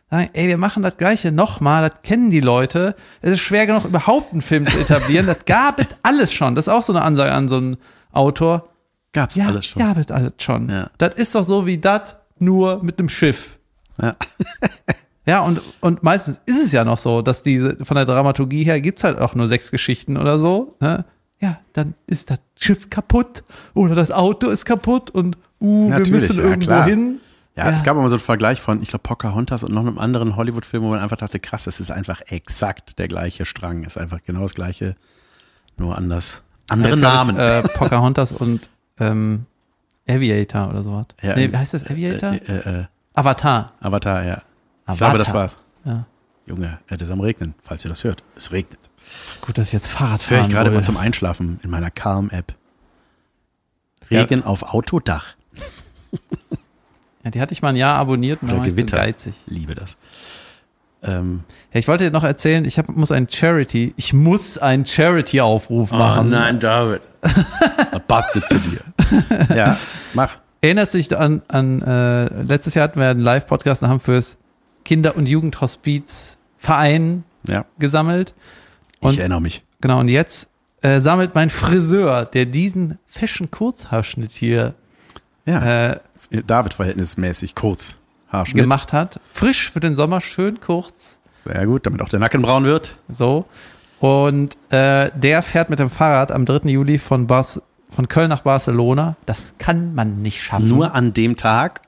sagen, ey, wir machen das Gleiche nochmal, das kennen die Leute. Es ist schwer genug, überhaupt einen Film zu etablieren. Das gab es alles schon. Das ist auch so eine Ansage an so einen Autor. Gab's alles schon. Ja, das alles schon. Ja. Das ist doch so wie das, nur mit einem Schiff. Ja. Ja, und meistens ist es ja noch so, dass diese, von der Dramaturgie her gibt's halt auch nur 6 Geschichten oder so, ne? Ja, dann ist das Schiff kaputt oder das Auto ist kaputt und wir Natürlich, müssen ja, irgendwo klar. hin. Ja, es gab immer so einen Vergleich von, ich glaube, Pocahontas und noch einem anderen Hollywood-Film, wo man einfach dachte, krass, es ist einfach exakt der gleiche Strang, ist einfach genau das gleiche, nur anders. Andere Heißt, Namen. glaub ich, Pocahontas und Aviator oder sowas. Ja, Nee, heißt das Aviator? Avatar. Avatar, ja. Ich Avatar. glaube, das war's. Ja. Junge, es ist am Regnen, falls ihr das hört. Es regnet. Gut, dass ich jetzt Fahrrad Höre fahren ich gerade will. mal zum Einschlafen in meiner Calm-App. Regen auf Autodach. Ja, die hatte ich mal ein Jahr abonniert und dann Oder war ich Gewitter. so geizig. Liebe das. Ja, ich wollte dir noch erzählen, ich muss einen Charity-Aufruf machen. David. Das passt zu dir. Ja, mach. Erinnerst du dich an letztes Jahr hatten wir einen Live-Podcast und haben fürs Kinder- und Jugendhospiz Verein Ja, gesammelt. ich Und erinnere mich. genau, und jetzt sammelt mein Friseur, der diesen Fashion-Kurzhaarschnitt hier Ja, David verhältnismäßig kurz. Haarschnitt. gemacht hat, frisch für den Sommer, schön kurz, Sehr gut, damit auch der Nacken braun wird. so. Und der fährt mit dem Fahrrad am 3. Juli von Köln nach Barcelona. Das kann man nicht schaffen. Nur an dem Tag.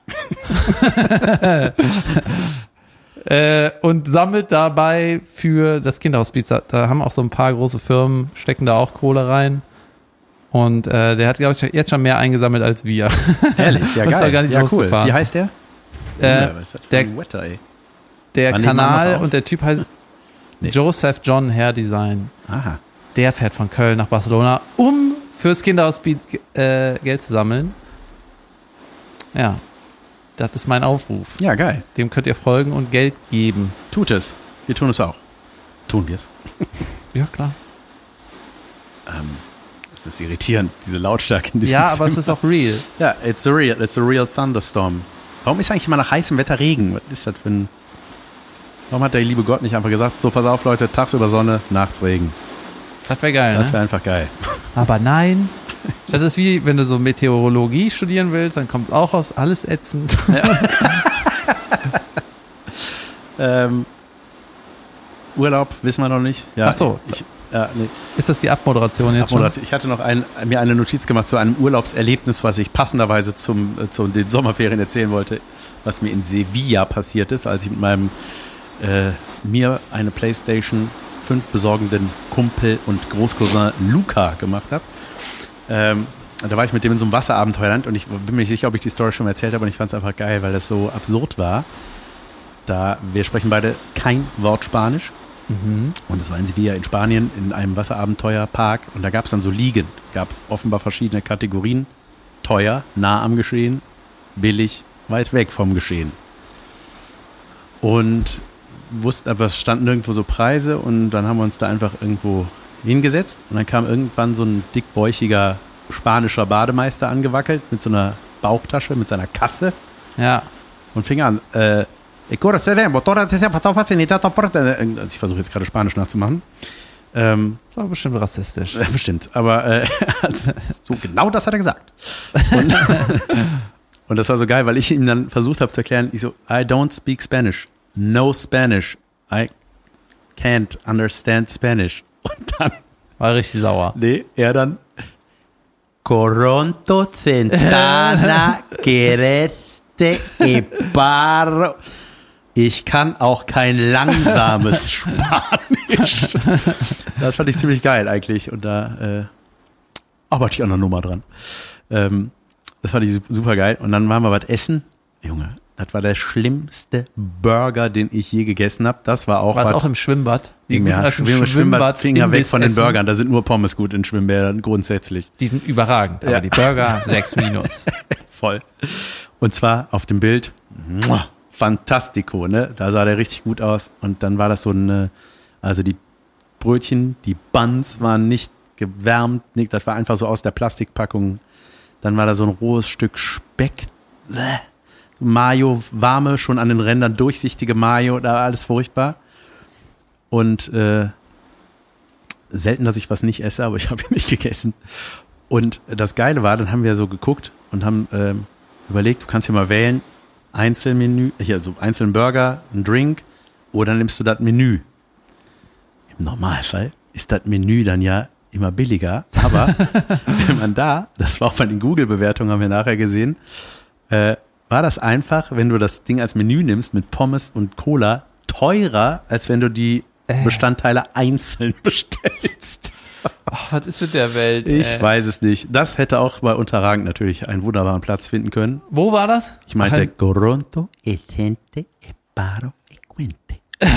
Und sammelt dabei für das Kinderhospiz. Da haben auch so ein paar große Firmen, stecken da auch Kohle rein. Und der hat, glaube ich, jetzt schon mehr eingesammelt als wir. Herrlich, ja Uns geil. da gar nicht ja, cool. losgefahren. Wie heißt der? Was ist das für der- ein Wetter, ey? Der Wann nehmen wir noch Kanal auf? und der Typ heißt Nee. Joseph John Hair Design. Aha. Der fährt von Köln nach Barcelona, um fürs Kinderhospiz Geld zu sammeln. Ja, das ist mein Aufruf. Ja, geil. Dem könnt ihr folgen und Geld geben. Tut es. Wir tun es auch. Tun wir es. Ja, klar. Das ist irritierend, diese Lautstärke in diesem Ja, aber es Zimmer. ist auch real. Ja, it's the real thunderstorm. Warum ist eigentlich immer nach heißem Wetter Regen? Was ist das für ein... Warum hat der liebe Gott nicht einfach gesagt, so pass auf Leute, tagsüber Sonne, nachts Regen. Das wäre geil, Das ne? wäre einfach geil. Aber nein. Das ist wie, wenn du so Meteorologie studieren willst, dann kommt auch aus alles ätzend. Urlaub, wissen wir noch nicht. Ja, Ach so. Nee. Ist das die Abmoderation jetzt Abmoderation. Ich hatte noch mir eine Notiz gemacht zu einem Urlaubserlebnis, was ich passenderweise zu den Sommerferien erzählen wollte, was mir in Sevilla passiert ist, als ich mit meinem mir eine PlayStation 5 besorgenden Kumpel und Großcousin Luca gemacht habe. Da war ich mit dem in so einem Wasserabenteuerland und ich bin mir nicht sicher, ob ich die Story schon mal erzählt habe und ich fand es einfach geil, weil das so absurd war. Wir sprechen beide kein Wort Spanisch. Und es war in Sevilla in Spanien in einem Wasserabenteuerpark und da gab es dann so Liegen. Gab offenbar verschiedene Kategorien. Teuer, nah am Geschehen, billig, weit weg vom Geschehen. Und aber es standen nirgendwo so Preise und dann haben wir uns da einfach irgendwo hingesetzt und dann kam irgendwann so ein dickbäuchiger spanischer Bademeister angewackelt mit so einer Bauchtasche, mit seiner Kasse Ja. und fing an, ich versuche jetzt gerade Spanisch nachzumachen. Das war bestimmt rassistisch. Bestimmt, aber so genau das hat er gesagt. Und das war so geil, weil ich ihm dann versucht habe zu erklären, ich so, I don't speak Spanish. No Spanish. I can't understand Spanish. Und dann, War richtig sauer. nee, er dann, Coronto Centana Quereste e Barro. Ich kann auch kein langsames Spanisch. Das fand ich ziemlich geil eigentlich. Und da arbeite ich an der Nummer dran. Das fand ich super geil. Und dann waren wir was essen. Junge, das war der schlimmste Burger, den ich je gegessen habe. Das war auch War es was. auch im Schwimmbad? Schwimmbad, Finger weg von den Imbiss-Essen. Burgern. Da sind nur Pommes gut in Schwimmbädern grundsätzlich. Die sind überragend, aber Ja. die Burger 6-. Voll. Und zwar auf dem Bild, fantastico, ne? Da sah der richtig gut aus. Und dann war das so also die Brötchen, die Buns waren nicht gewärmt, nicht, das war einfach so aus der Plastikpackung. Dann war da so ein rohes Stück Speck, Mayo, warme, schon an den Rändern durchsichtige Mayo, da war alles furchtbar. Und selten, dass ich was nicht esse, aber ich habe nicht gegessen. Und das Geile war, dann haben wir so geguckt und haben überlegt, du kannst hier mal wählen, Einzelmenü, also einzelnen Burger, ein Drink oder nimmst du das Menü. Im Normalfall ist das Menü dann ja immer billiger, aber wenn man das war auch bei den Google-Bewertungen, haben wir nachher gesehen, war das einfach, wenn du das Ding als Menü nimmst mit Pommes und Cola, teurer, als wenn du die Bestandteile einzeln bestellst. Ach, was ist mit der Welt? Ich weiß es nicht. Das hätte auch bei Unterragend natürlich einen wunderbaren Platz finden können. Wo war das? Ich meinte Toronto e gente e paro e quinte.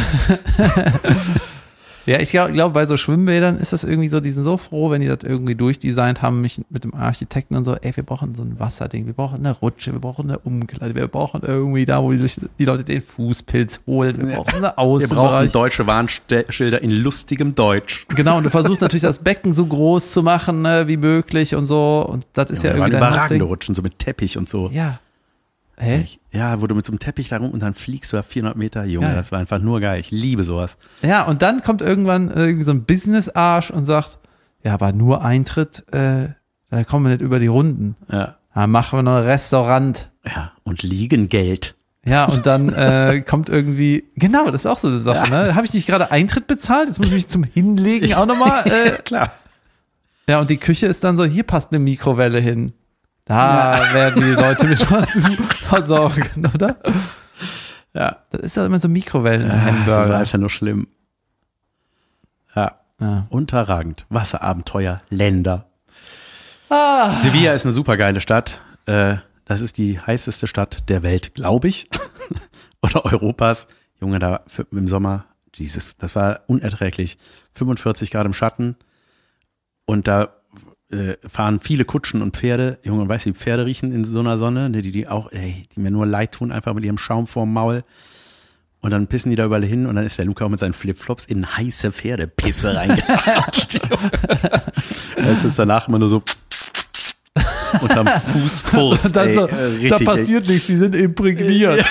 Ja, ich glaube, bei so Schwimmbädern ist das irgendwie so, die sind so froh, wenn die das irgendwie durchdesignt haben, mich mit dem Architekten und so, ey, wir brauchen so ein Wasserding, wir brauchen eine Rutsche, wir brauchen eine Umkleide, wir brauchen irgendwie da, wo sich die Leute den Fußpilz holen, wir brauchen eine Außenbereich. Wir brauchen deutsche Warnschilder in lustigem Deutsch. Genau, und du versuchst natürlich das Becken so groß zu machen, ne, wie möglich und so, und das ist ja irgendwie dein überragende Hauptding. Rutschen, so mit Teppich und so. Ja. Hä? Ja, wo du mit so einem Teppich da rum und dann fliegst du da 400 Meter. Junge, Geil. Das war einfach nur geil. Ich liebe sowas. Ja, und dann kommt irgendwann irgendwie so ein Business-Arsch und sagt, ja, aber nur Eintritt, da kommen wir nicht über die Runden. Ja. Da machen wir noch ein Restaurant. Ja, und Liegengeld. Ja, und dann kommt irgendwie, genau, das ist auch so eine Sache, ne? Habe ich nicht gerade Eintritt bezahlt? Jetzt muss ich mich zum Hinlegen auch nochmal. Klar. Ja, und die Küche ist dann so, hier passt eine Mikrowelle hin. Da werden die Leute mit was versorgen, oder? Ja. Das ist ja immer so Das ist Mikrowellen-Hamburger. einfach nur schlimm. Ja. Unterragend. Wasserabenteuer, Länder. Sevilla ist eine super geile Stadt. Das ist die heißeste Stadt der Welt, glaube ich. Oder Europas. Junge, da im Sommer, Jesus, das war unerträglich. 45 Grad im Schatten. Und da fahren viele Kutschen und Pferde. Junge, weißt du, die Pferde riechen in so einer Sonne, die auch, die mir nur leid tun, einfach mit ihrem Schaum vorm Maul. Und dann pissen die da überall hin und dann ist der Luca auch mit seinen Flipflops in heiße Pferdepisse reingelatscht. Er ist jetzt danach immer nur so unterm Fuß furzt. Und dann so, da passiert nichts, die sind imprägniert.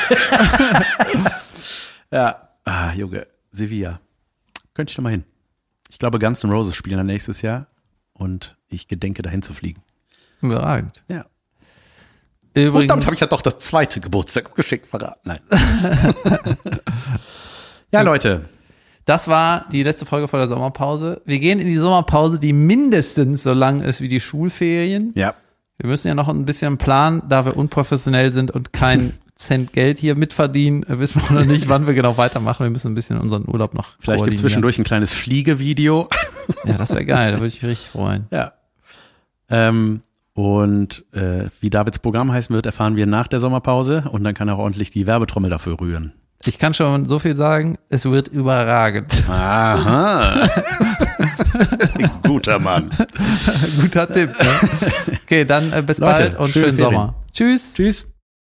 Ja, Junge, Sevilla. Könnte ich noch mal hin. Ich glaube, Guns N' Roses spielen dann nächstes Jahr und ich gedenke, dahin zu fliegen. Überragend. Ja. Übrigens, Und damit habe ich ja doch das zweite Geburtstagsgeschenk verraten. Nein. Ja, Leute. das war die letzte Folge vor der Sommerpause. Wir gehen in die Sommerpause, die mindestens so lang ist wie die Schulferien. Ja. Wir müssen ja noch ein bisschen planen, da wir unprofessionell sind und kein Cent Geld hier mitverdienen, wissen wir noch nicht, wann wir genau weitermachen. Wir müssen ein bisschen unseren Urlaub noch Vielleicht gibt es zwischendurch ein kleines Fliegevideo. Ja, das wäre geil, da würde ich mich richtig freuen. Ja. Und wie Davids Programm heißen wird, erfahren wir nach der Sommerpause und dann kann er auch ordentlich die Werbetrommel dafür rühren. Ich kann schon so viel sagen, es wird überragend. Aha. Guter Mann. Guter Tipp. Ne? Okay, dann bis Leute, bald und schöne schönen Ferien. Sommer. Tschüss. Tschüss.